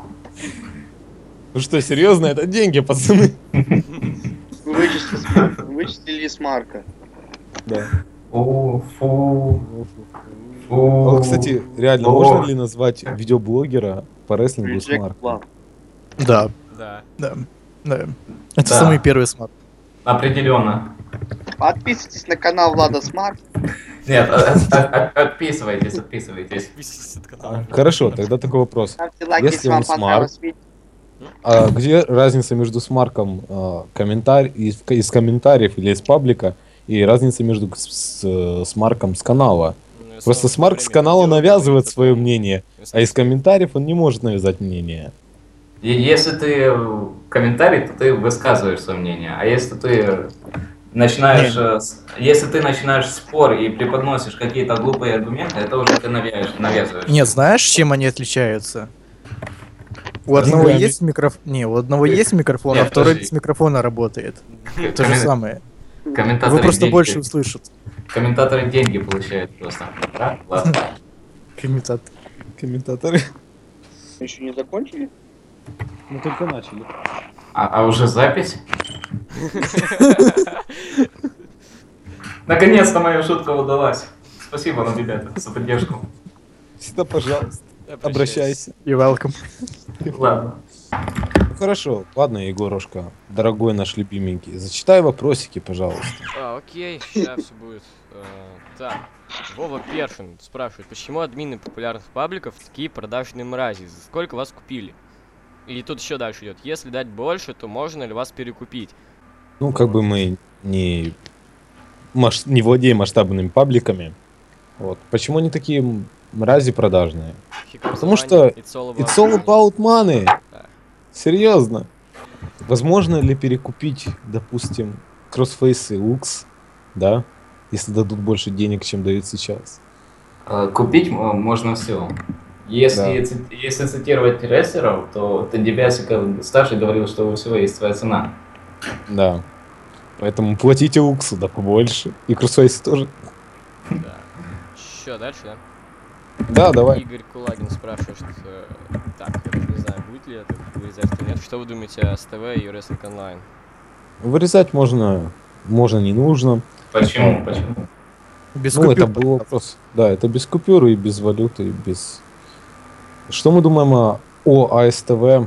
Ну что, серьезно? Это деньги, пацаны. Вы вычислили, вычислили с Марка. Да. О, фу. А вот, кстати, реально, О. можно ли назвать видеоблогера по рестлингу с Reject Марком? Blood. Да, Да. да, да. Это Да. самый первый смарт. Определенно. Подписывайтесь на канал Влада Смарт. Нет, от- от- от- отписывайтесь, отписывайтесь. Отписывайтесь от канала. Хорошо, тогда такой вопрос. Ставьте лайк, Если если вам он смарт, понравилось видео. А где разница между смарком э, комментарий из, из комментариев или из паблика и разница между с, с, э, смарком с канала? Ну, я Просто снова смарк с время канала видео навязывает говорит, свое потом- мнение, а из комментариев он не может навязать мнение. И если ты в комментарий, то ты высказываешь свое мнение. А если ты начинаешь, Не. э, с- если ты начинаешь спор и преподносишь какие-то глупые аргументы, это уже ты навяжешь, навязываешь. Нет, знаешь, чем они отличаются? У одного Деньгами. есть микрофон. Не, у одного есть микрофон, а Нет, второй подожди. без микрофона работает. То же Коммен- самое. Комментаторы Вы просто деньги- больше услышат. Комментаторы деньги получают просто. Да? Ладно. Комментатор. Комментаторы. Еще не закончили? Мы только начали. А, а уже запись? Наконец-то моя шутка удалась. Спасибо вам, ребята, за поддержку. Всегда, пожалуйста, обращайся. И welcome. Ладно. Ну, хорошо, ладно, Егорушка, дорогой наш любименький, зачитай вопросики, пожалуйста. А, окей, сейчас все будет. Э, Так, Вова Першин спрашивает, почему админы популярных пабликов такие продажные мрази? За сколько вас купили? И тут еще дальше идет. Если дать больше, то можно ли вас перекупить? Ну, как бы мы не, маш- не владеем масштабными пабликами. Вот. Почему они такие м- мрази продажные? Потому что It's all about It's all about money. Да. Серьезно. Возможно ли перекупить, допустим, кроссфейсы Укс, да, если дадут больше денег, чем дают сейчас? Э, Купить м- можно все. Если, ци- если цитировать рестлеров, то Тедди Бясиков старший говорил, что у всего есть своя цена. Да. Поэтому платите Уксу, да, побольше. И кроссфейсы тоже. Да. Еще дальше, да? Да, давай. Игорь Кулагин спрашивает, что... Так, я даже не знаю, будет ли это вырезать или нет. Что вы думаете о СТВ и Wrestling Online? Вырезать можно, можно, не нужно. Почему? Почему? Без Ну, это купюр. был вопрос. Да, это без купюры и без валюты, и без... Что мы думаем о, о АСТВ?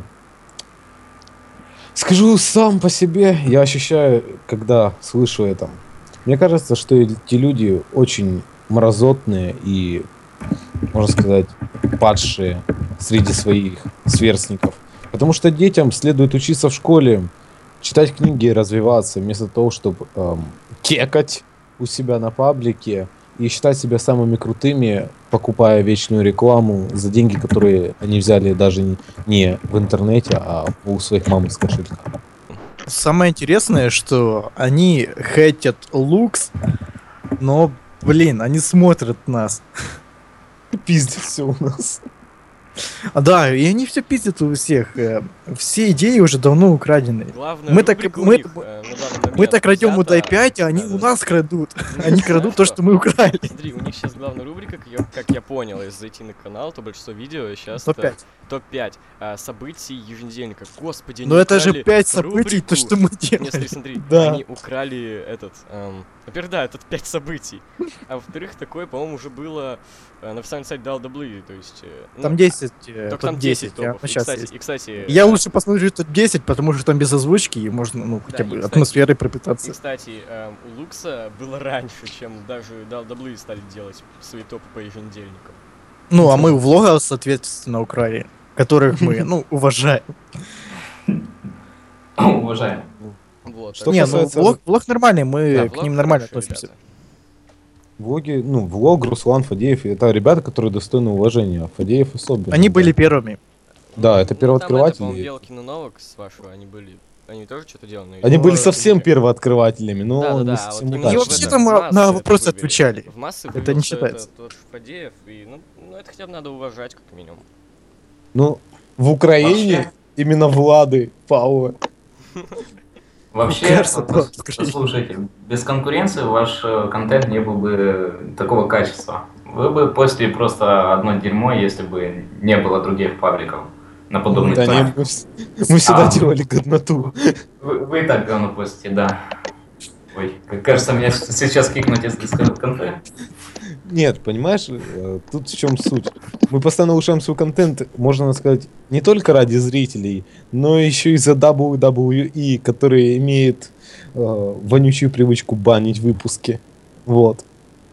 Скажу сам по себе, я ощущаю, когда слышу это. Мне кажется, что эти люди очень мразотные и, можно сказать, падшие среди своих сверстников. Потому что детям следует учиться в школе, читать книги и развиваться, вместо того, чтобы эм, кекать у себя на паблике и считать себя самыми крутыми, покупая вечную рекламу за деньги, которые они взяли даже не- не в интернете, а у своих мам из кошелька. Самое интересное, что они хейтят Лукс, но, блин, они смотрят нас. Пиздец все у нас. А да, и они все пиздят у всех. э, Все идеи уже давно украдены. Главное, Мы так- мы- Мы так крадем у дай пять, а они у нас крадут. Они крадут то, что мы украли. Смотри, у них сейчас главная рубрика, как я, как я понял, если зайти на канал, то большинство видео сейчас топ пять. топ пять а, событий еженедельника. Господи, они Но это же украли пять событий, то, рубрику. что мы Не, смотри, делали. смотри, Да. они украли этот... эм, во-первых, да, это пять событий. А во-вторых, такое, по-моему, уже было э, на официальном сайте дабл ю дабл ю и, то есть... э, ну, Там десять, э, только там топ десять десять. а, топов. ну, И, щас кстати, есть. и, кстати, Я э, лучше посмотрю топ десять, потому что там без озвучки, и можно, ну, хотя и, бы кстати, атмосферой И, пропитаться. кстати, эм, у Лукса было раньше, чем даже дабл ю дабл ю и стали делать свои топы по еженедельникам. Ну, а мы у влога, соответственно, украли, которых мы, ну, уважаем. Уважаем. Вот, Что так Не, ну, касается- влог, влог нормальный, мы да, к влог ним нормально хороший, относимся. ребята. Влоги, ну, влог, Руслан, Фадеев, это ребята, которые достойны уважения, а Фадеев особенно. Они да. были первыми. Да, это Ну, там это, первооткрыватели. по-моему, Белкин и Новак с вашего, они были... Они тоже что-то делали на Они YouTube? были Ну, совсем это- первооткрывателями, но Да-да-да, не а совсем вот И именно удачно. в вообще этот там, а, массы на это вопросы вывели. отвечали. В массы Это не вывел, что считается. Это тот же Фадеев, и, ну, ну, это хотя бы надо уважать, как минимум. Ну, в Украине Вообще- именно Влады Павловы. Вообще, Кажется, вот, правда, пос- скорее. послушайте, без конкуренции ваш э, контент не был бы такого качества. Вы бы постили просто одно дерьмо, если бы не было других пабликов на подобных Да, не, темах. мы, вс- мы всегда А. делали годноту. Вы, вы и так говно постите, да. Ой, как кажется, меня с- сейчас кикнуть из, из конфы. Нет, понимаешь, э, тут в чем суть. Мы постоянно улучшаем свой контент, можно сказать, не только ради зрителей, но еще и за дабл ю дабл ю и, который имеет э, вонючую привычку банить выпуски. Вот.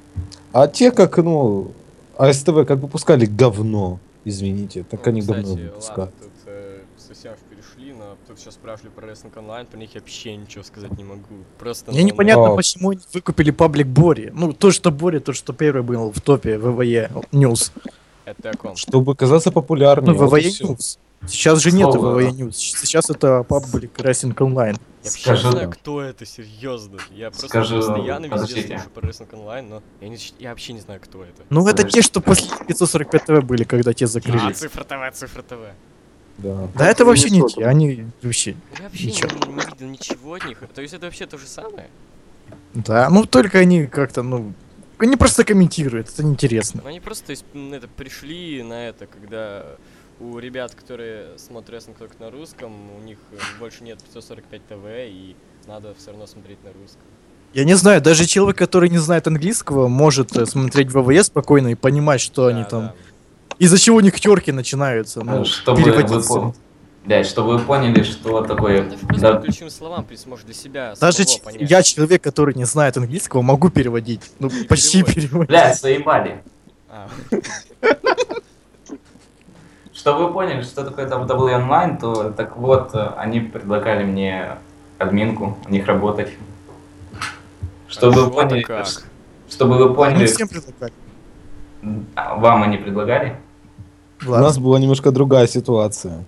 А те, как, ну, А С Т В, как выпускали говно, извините, так Ну, они кстати, говно ладно, выпускают. тут э, совсем перешли, но тут сейчас спрашивали про Wrestling Online, про них я вообще ничего сказать не могу. Просто, Мне ну, непонятно, А. почему они выкупили паблик Бори. Ну, то, что Бори, то, что первый был в топе вэ вэ е News. это ты о ком? Чтобы казаться популярнее, Ну, вот и вэ вэ е всё. News. Сейчас же нету Слово. вэ вэ е News. Сейчас это паблик Wrestling Online. Я вообще Скажу, не знаю, да. кто это, серьезно. Я просто Скажу, постоянно везде подождите. слышу про Wrestling Online, но я, не, ч- я вообще не знаю, кто это. Ну, это Подожди. те, что после пятьсот сорок пять тэ вэ были, когда те А, закрылись. цифра ТВ, цифра ТВ. Да. Да это вообще не Миннесота. те, они вообще... Я вообще не, Ничего. не видел ничего от них. То есть это вообще то же самое? Да, ну только они как-то, ну... Они просто комментируют, это неинтересно. Ну, они просто, то есть, м, это, пришли на это, когда у ребят, которые смотрят рестлинг только на русском, у них э, больше нет пятьсот сорок пять ТВ, и надо все равно смотреть на русском. Я не знаю, даже человек, который не знает английского, может э, смотреть вэ вэ е спокойно и понимать, что они Да, там... да. Из-за чего у них терки начинаются, ну, Чтобы вы, переводиться. пон- блядь, чтобы вы поняли, что такое... Даже просто Да, по ключевым словам ты сможешь для себя Даже самого ч- понять. я, человек, который не знает английского, могу переводить. Ну, И почти переводишь. переводить. блядь, заебали. А, Чтобы вы поняли, что такое дабл ю дабл ю и онлайн, то так вот, э, они предлагали мне админку, у них работать. Чтобы вы вот поняли, как. ш- чтобы вы Не поняли, всем предлагали. а, вам они предлагали? У Ладно. нас была немножко другая ситуация.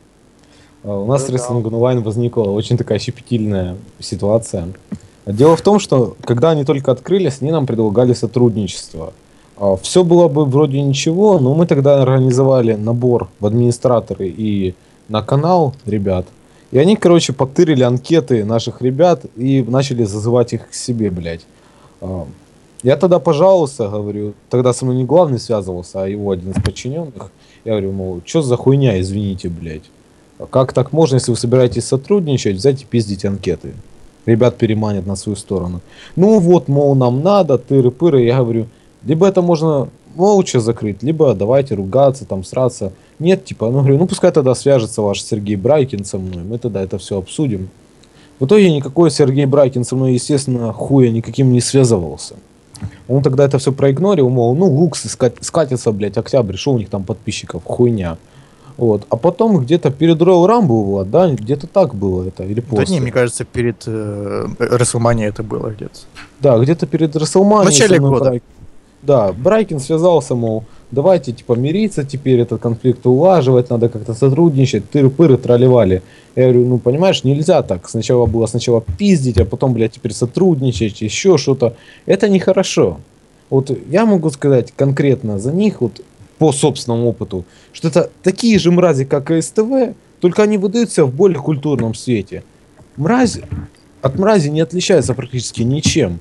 А, У нас с Ну да. Wrestling Online возникла очень такая щепетильная ситуация. Дело в том, что когда они только открылись, они нам предлагали сотрудничество. Все было бы вроде ничего, но мы тогда организовали набор в администраторы и на канал ребят. И они, короче, подтырили анкеты наших ребят и начали зазывать их к себе, блядь. А, Я тогда пожаловался, говорю, тогда со мной не главный связывался, а его один из подчиненных. Я говорю, мол, что за хуйня, извините, блядь. А как так можно, если вы собираетесь сотрудничать, взять и пиздить анкеты? Ребят переманят на свою сторону. Ну вот, мол, нам надо, тыры-пыры. Я говорю, либо это можно молча закрыть, либо давайте ругаться, там, сраться. Нет, типа, ну, говорю, ну, пускай тогда свяжется ваш Сергей Брайкин со мной, мы тогда это все обсудим. В итоге никакой Сергей Брайкин со мной, естественно, хуя никаким не связывался. Он тогда это все проигнорил, мол, ну, Лукс ска- скатится, блядь, октябрь, что у них там подписчиков, хуйня. Вот. А потом где-то перед Royal Rumble, Влад, да, где-то так было это, или Да после? не, мне кажется, перед э, WrestleMania это было где-то. Да, где-то перед WrestleMania. В начале со мной года. Брайк- Да, Брайкин связался, мол, давайте, типа, мириться теперь, этот конфликт улаживать, надо как-то сотрудничать, тыры-пыры, тролливали. Я говорю, ну, понимаешь, нельзя так. Сначала было сначала пиздить, а потом, блядь, теперь сотрудничать, еще что-то. Это нехорошо. Вот я могу сказать конкретно за них, вот по собственному опыту, что это такие же мрази, как и С Т В, только они выдают себя в более культурном свете. Мразь от мрази не отличается практически ничем.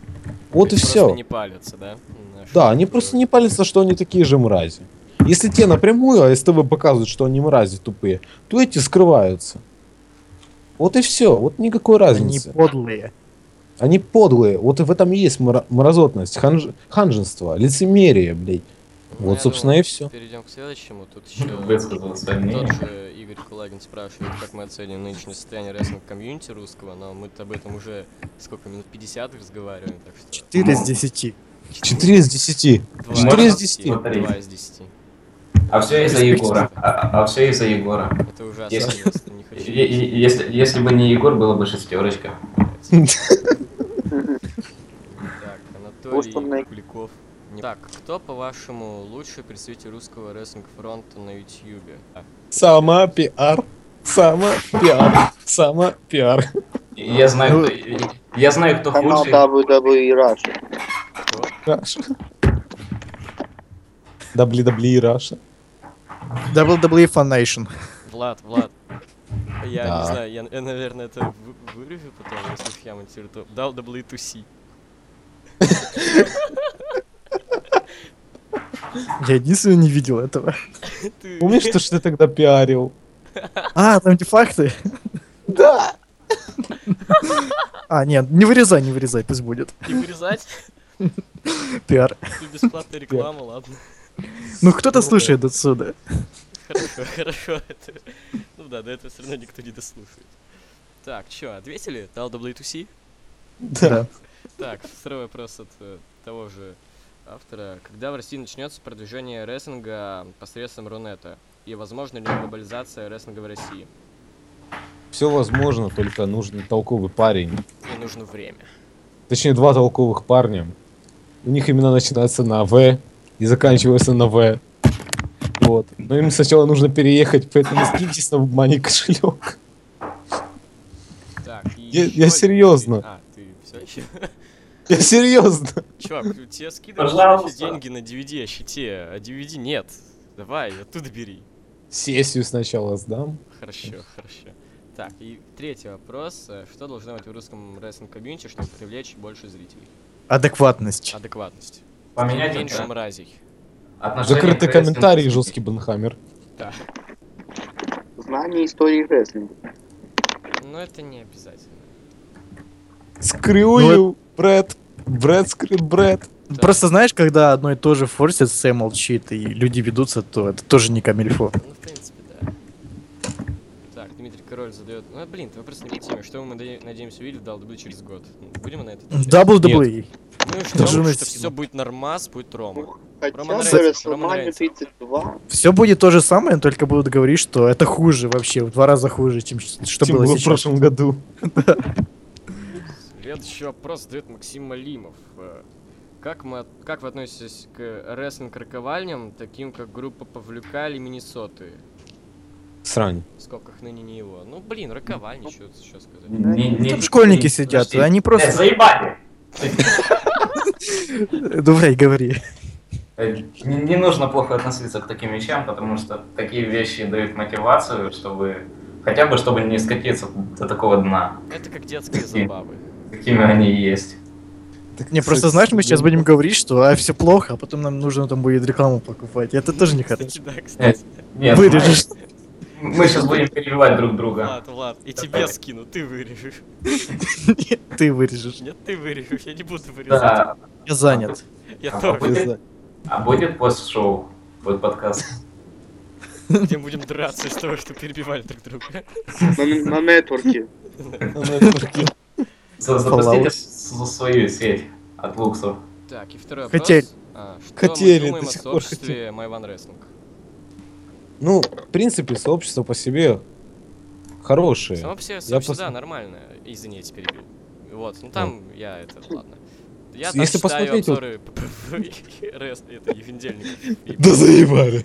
Вот То и есть все. Просто не палятся, да? Наши Да, они герои. просто не палятся, что они такие же мрази. Если те напрямую, а С Т В показывают, что они мрази тупые, то эти скрываются. Вот и все, вот никакой Они разницы. подлые. Они подлые, вот и в этом и есть мра- мразотность, ханж... ханжество, лицемерие, блядь. Ну, Вот, я собственно, думаю, и все. Перейдем к следующему. Тут еще Высказал свое мнение. тот же Игорь Кулагин спрашивает, как мы оценим нынешнее состояние рестлинг-комьюнити русского, но мы-то об этом уже сколько, минут пятьдесят разговариваем, так что... четыре из десяти. четыре из десяти. Два четыре из из десяти. десяти. Два из десяти. А все из-за Егора. А, все из-за Егора. Это ужасно, Если- просто не хочу. Е- е- Если, если бы не Егор, было бы шестерочка. Так, Просто на- Анатолий Куликов. Не- Так, кто, по-вашему, лучший представитель русского рестлинг-фронта на ютьюбе? А, Сама пиар. Сама пиар. Сама пиар. И Я знаю, кто, я знаю, кто Канал худший. дабл ю дабл ю и Russia. кто? Раша. дабл ю дабл ю и Раша. дабл ю дабл ю и Fun Nation. Влад, Влад. Я Да. не знаю, я, я, наверное, это вы- вырежу потом, если уж я монтирую, то дал дабл ю ту си. Я единственный не видел этого. Ты- Помнишь, что ж ты тогда пиарил? А, там эти факты? Да. А, нет, не вырезай, не вырезай, пусть будет. Не вырезать? Пиар. Ты бесплатная реклама, ладно. Ну, кто-то слушает отсюда. Хорошо, хорошо. Это... Ну да, до этого все равно никто не дослушает. Так, чё, ответили? Дал дабл ю ту си? Да. Так, второй вопрос от э, того же автора. Когда в России начнется продвижение рестлинга посредством Рунета? И возможно ли глобализация рестлинга в России? Все возможно, только нужен толковый парень. И нужно время. Точнее, два толковых парня. У них именно начинается на В и заканчивается на В. Вот. Но им сначала нужно переехать, поэтому скиньтесь на мани кошелек. Так, и Я- ещё я один- серьезно. А, ты все еще? Я серьезно. Чувак, тебе скидывают Пожалуйста. деньги на ди ви ди, а щите, а ди ви ди нет. Давай, оттуда бери. Сессию сначала сдам. Хорошо, хорошо. Так, и третий вопрос. Э, Что должно быть в русском рестлинг-комьюнити, чтобы привлечь больше зрителей? Адекватность. Адекватность. Поменять Меньше это мразей. отношение Закрытый к комментарий и рестлингу. жесткий банхаммер. Да. Знание истории рестлинга. Но это не обязательно. Скрюю, Брэд. Брэд, скрю, Брэд. Да. Просто знаешь, когда одно и то же форсит, Сэм молчит, и люди ведутся, то это тоже не камильфо. Ну, в принципе, да. Так, Дмитрий Король задает. Ну, блин, ты вопрос не по теме. Что мы наде- надеемся увидеть в дабл ю дабл ю и через год? Ну, Будем мы на это отвечать? дабл ю дабл ю и. Мы Даже ждем, на что стену. все будет нормас, будет Рома. Хотя Рома бы нравится, Рома WrestleMania нравится. тридцать два. Все будет то же самое, только будут говорить, что это хуже вообще, в два раза хуже, чем ш- что Чем было было в сейчас. прошлом году. Следующий вопрос задает Максим Малимов. Э, Как, мы, от- как вы относитесь к рестлинг-роковальням, таким как группа Павлюка или Миннесоты? Срань. В скобках ныне не его. Ну, блин, роковальни, что что сказать. Не- не- Там школьники не- сидят, подожди. они просто- Э, заебали! Давай, говори. Э, Не, не нужно плохо относиться к таким вещам, потому что такие вещи дают мотивацию, чтобы хотя бы чтобы не скатиться до такого дна, Это как детские забавы. какими они и есть. Не, просто знаешь, мы сейчас будем говорить, что а, все плохо, а потом нам нужно там будет рекламу покупать. Это тоже не хорошо. Кстати, да, кстати. Нет, Вырежешь. мы, мы сейчас будем перебивать друг друга. Влад, Влад, и тебе скину, ты вырежешь. Нет, ты вырежешь. Нет, ты вырежешь, я не буду вырезать. Да. Я занят. Я А тоже. будет, а будет пост-шоу, будет подкаст. Где будем драться из того, что перебивали друг друга. На, на нетворке. За- Запустите с- свою сеть от Луксов. Так, и второй вопрос. Хотели. А, что Хотели, мы думаем до о сих пор сообществе Майван Wrestling? Ну, в принципе, сообщество по себе хорошее. Само по себе Я сообщество, пос- да, нормальное. Извини, я тебя перебил. Вот, ну там я это, ладно. Я Если там читаю посмотреть, вот- обзоры Рест, это Евангельников. Да заебали.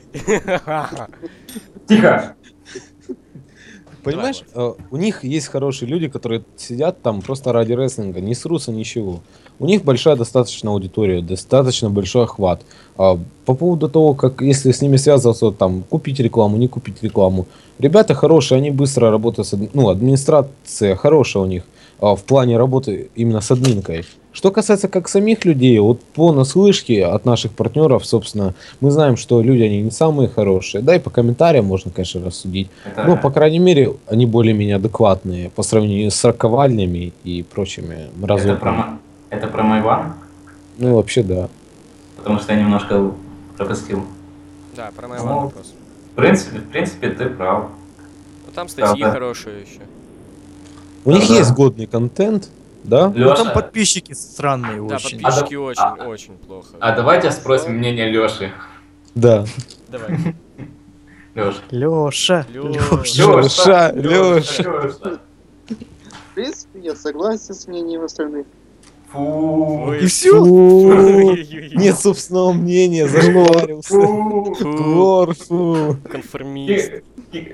Тихо! Понимаешь, э, у них есть хорошие люди, которые сидят там просто ради рестлинга, не срутся ничего. У них большая достаточно аудитория, достаточно большой охват. А по поводу того, как если с ними связываться, там, купить рекламу, не купить рекламу. Ребята хорошие, они быстро работают, с адми- ну, администрация хорошая у них а, в плане работы именно с админкой. Что касается как самих людей, вот по наслышке от наших партнеров, собственно, мы знаем, что люди, они не самые хорошие. Да и по комментариям можно, конечно, рассудить. Это, Ну, по крайней мере, они более-менее адекватные по сравнению с роковальнями и прочими это, про, мразотами. ма- это про Майван, Ну, вообще, да. потому что я немножко пропустил. Да, про Ну, Майван вопрос. В принципе, в принципе, ты прав. Ну там статьи да. хорошие еще. У них Да-да. есть годный контент, да? Ну там Лёша, подписчики странные Да, очень. подписчики А, очень, а- очень плохо. а давайте спросим мнение Лёши. Да. Давай. Лёш. Лёша, Лёша. Лёша, Лёша. Лёша. Лёша. В принципе, я согласен с мнением остальных. Фу. Ой, И всё? Фу. ой-ой-ой. Нет собственного мнения, зашкварился. Фу. Фу, Гор, фу. конформист. Ти- ти-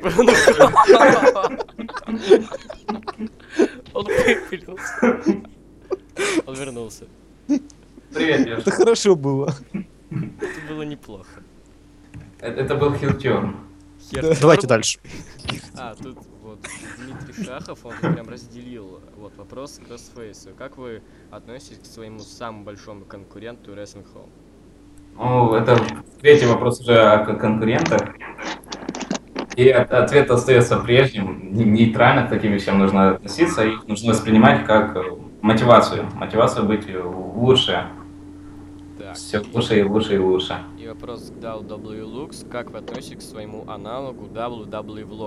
Он выпилился. Он вернулся. Привет, Это Лёша. хорошо было. Это было неплохо. Это это был хилтерн. Хер Давайте тёрн. дальше. А, тут вот Дмитрий Шахов, он тут прям разделил вот вопрос к кроссфейсу. Как вы относитесь к своему самому большому конкуренту Wrestling Home? Ну, это третий вопрос уже о кон- конкурентах. И от- ответ остается прежним. Не- Нейтрально к таким вещам нужно относиться. Их нужно воспринимать как э, мотивацию. Мотивацию быть э, лучше. Так, Все и- лучше и лучше и лучше. И вопрос к дабл ю дабл ю и Lux. Как вы относитесь к своему аналогу дабл ю дабл ю и Vlog?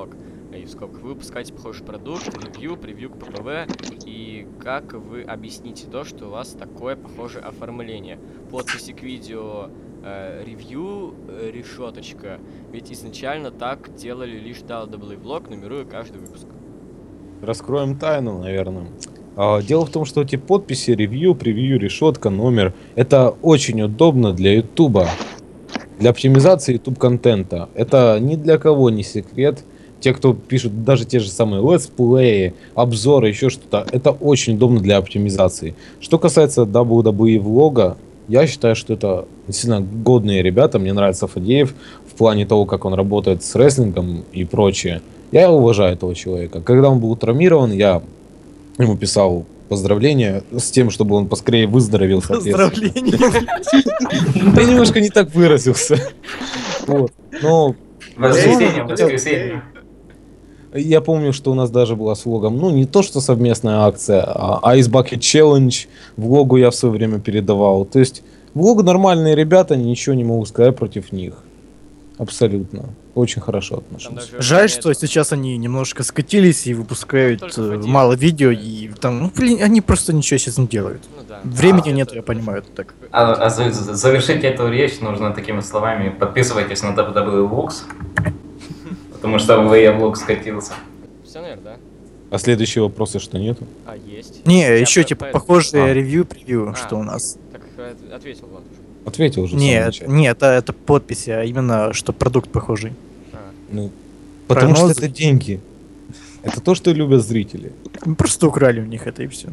и в скобках, вы выпускаете похожий продукт, ревью, превью к ППВ, и как вы объясните то, что у вас такое похожее оформление? Подписи к видео, э, ревью, э, решеточка, ведь изначально так делали лишь дабл ю дабл ю и Vlog, нумеруя каждый выпуск. Раскроем тайну, наверное. А, Дело в том, что эти подписи, ревью, превью, решетка, номер, это очень удобно для Ютуба, для оптимизации YouTube контента. Это ни для кого не секрет. Те, кто пишут даже те же самые летсплеи, обзоры, еще что-то, это очень удобно для оптимизации. Что касается дабл ю дабл ю и влога, я считаю, что это действительно годные ребята. Мне нравится Фадеев в плане того, как он работает с рестлингом и прочее. Я уважаю этого человека. Когда он был травмирован, я ему писал поздравления с тем, чтобы он поскорее выздоровел. Поздравления. Я немножко не так выразился. Вот. Но Воскресенье, Ну, воскресенье. я помню, что у нас даже была с влогом, ну, не то, что совместная акция, а Ice Bucket Challenge. Влогу я в свое время передавал. То есть, влог нормальные ребята, ничего не могу сказать против них. Абсолютно. Очень хорошо отношусь. Там даже Жаль, нет- что сейчас они немножко скатились и выпускают Только э, Фадеев. мало видео, и там, ну, блин, они просто ничего сейчас не делают. Ну да. Времени А, нет, это- я понимаю, это так. А, а за- за- завершить эту речь нужно такими словами. Подписывайтесь на дабл ю дабл ю и Vlogs, потому что в я влог скатился. Все, наверное, да? А следующие вопросы, что нету? А, есть. Не, Я еще по- типа поэтому- похожие А. ревью-превью, А. что у нас. Так, э, ответил, Влад уже. Ответил уже в самом Нет, начале. нет, это, это подписи, а именно, что продукт похожий. А, Ну, потому Прогнозы. что это деньги. Это то, что любят зрители. Мы просто украли у них это и все.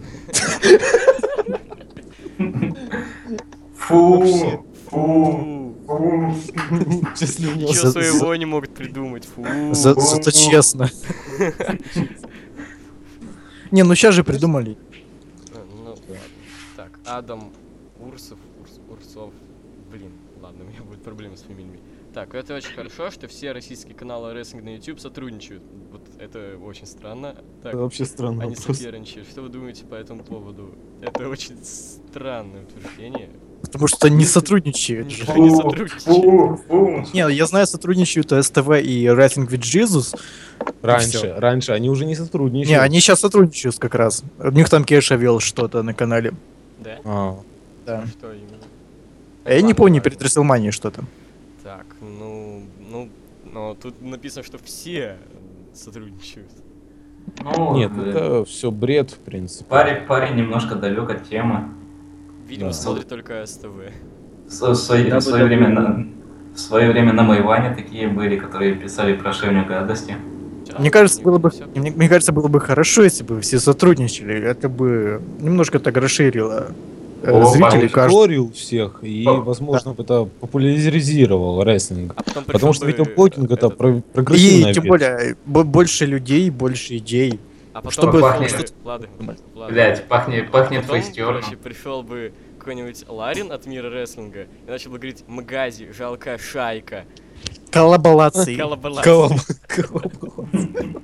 Фу, фу, Фу. фу. Ничего За- своего не могут придумать, фу. За, зато честно. Не, ну сейчас же придумали. А, Ну, ладно. Так, Адам Урсов, Урс, Урсов, блин, ладно, у меня будут проблемы с фамилиями. Так, это очень хорошо, что все российские каналы рестлинг на YouTube сотрудничают. Вот это очень странно. Так, Это вообще странно. они соперничают. Что вы думаете по этому поводу? Это очень странное утверждение. Потому что не сотрудничают же. Никто не сотрудничает. Фу, фу. Не, я знаю, сотрудничают СТВ и Wrestling with Jesus. Раньше, Всё. раньше они уже не сотрудничают. Не, они сейчас сотрудничают как раз. У них там Кеша вел что-то на канале. Да? А, Да. Что именно? Я не Ладно, помню, ладно. перед WrestleMania что-то. Так, ну, ну, но тут написано, что все сотрудничают. Ну, нет, э, это все бред, в принципе. парень, парень немножко далек от темы. Видимо, Да. смотрит только СТВ. В, в свое, в свое время на, в свое время на Майване такие были, которые писали прошение гадости. Мне кажется, было бы, Всё. мне, мне кажется, было бы хорошо, если бы все сотрудничали. Это бы немножко так расширило э, О, зрителей парень, каждого. Ускорил всех и, О, возможно, это популяризировал рестлинг. А потом Потому пришёл что бы видеоблогинг это этот- про- прогрессивная И тем ветвь. более бо- больше людей, больше идей. А потом чтобы пришёл пахнет- бы- ладно, ладно. Блять, пахнет, пахнет Потом, фейстерном. короче, пришел бы какой-нибудь Ларин от мира рестлинга и начал бы говорить: Мгази, жалкая шайка. Коллаборации. Коллаборация. Коллаб- коллаборация.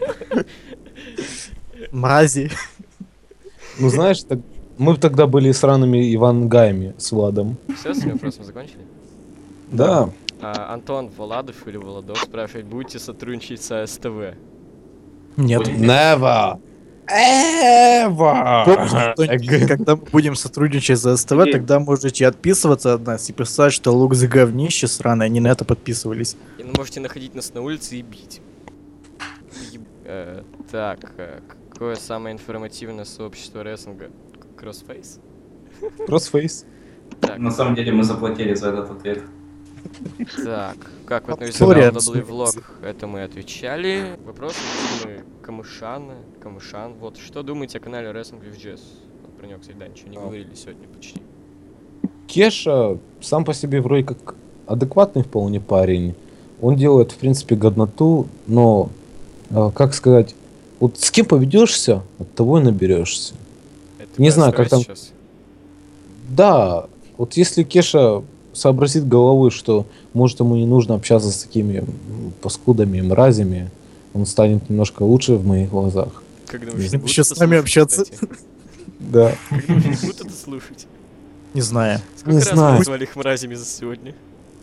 Мрази. Ну, знаешь, так- мы тогда были сраными ивангаями с Владом. Все, с этим вопросом закончили? Да. А, Антон Воладов или Володов спрашивает: будете сотрудничать со СТВ? Нет. Будет. Never. Ever. Помните, что когда мы будем сотрудничать за СТВ, Окей. тогда можете отписываться от нас и писать, что лук за говнище сраное, они на это подписывались. И вы можете находить нас на улице и бить. Еб- э, так, э, какое самое информативное сообщество рестлинга? К- Кроссфейс? Кроссфейс. Так, На самом деле мы заплатили за этот ответ. так, как вы относитесь Виктория к дабл ю дабл ю влог? обсуждается. Это мы отвечали. Вопрос мы Камышана, Камышан. Вот, что думаете о канале Wrestling with Jazz? Вот про него, кстати, да, ничего не А. говорили сегодня почти. Кеша сам по себе вроде как адекватный вполне парень. Он делает, в принципе, годноту, но, э, как сказать, вот с кем поведешься, от того и наберешься. Это Не вы знаю, как строите там- сейчас? Да, вот если Кеша сообразит головой, что может ему не нужно общаться с такими м, паскудами, мразями, он станет немножко лучше в моих глазах. Как Не думаешь, не знаю, будут сейчас это с нами слушать, общаться. кстати? Да. Как думаешь, не будут это слушать? Не знаю. Сколько раз знаю. мы назвали их мразями за сегодня?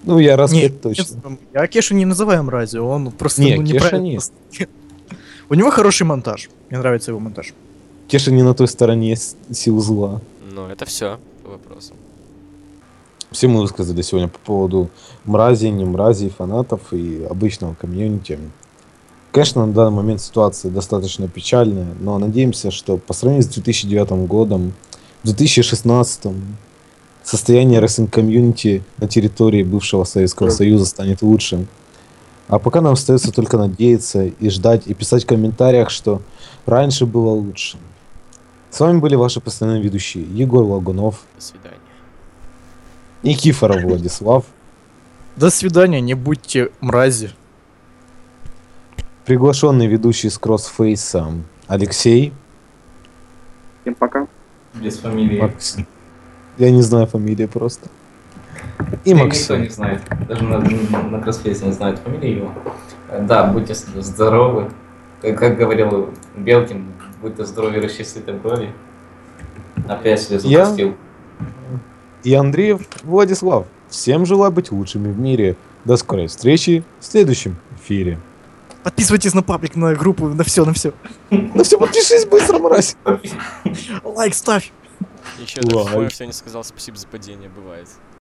Ну, я раз Нет, пять точно. нет, я Кешу не называю мразью, он просто Не, ну, Кеша неправильно. У него хороший монтаж. Мне нравится его монтаж. Кеша не на той стороне с- сил зла. Ну, это все по вопросам. Все мы высказали сегодня по поводу мрази, не мрази, фанатов и обычного комьюнити. Конечно, на данный момент ситуация достаточно печальная, но надеемся, что по сравнению с две тысячи девятым годом, в две тысячи шестнадцатом состояние рестлинг-комьюнити на территории бывшего Советского Союза станет лучшим. А пока нам остается только надеяться и ждать, и писать в комментариях, что раньше было лучше. С вами были ваши постоянные ведущие Егор Лагунов, До свидания. Никифоров Владислав, До свидания, не будьте мрази. приглашенный ведущий с Кроссфейса Алексей. Всем пока. Без фамилии. Макс. Я не знаю фамилии просто. И Да никто не Максим. знает. Даже на, на Кроссфейсе не знают фамилии его. Э, Да, будьте с- здоровы. Как, как говорил Белкин, будьте здоровы, расчистите брови. Опять слезу Я? пустил. И Андреев Владислав. Всем желаю быть лучшими в мире. До скорой встречи в следующем эфире. Подписывайтесь на паблик, на группу, на все, на все. Ну все, подпишись быстро, мразь. Лайк ставь. Еще даже Лайк. все не сказал спасибо за падение, бывает.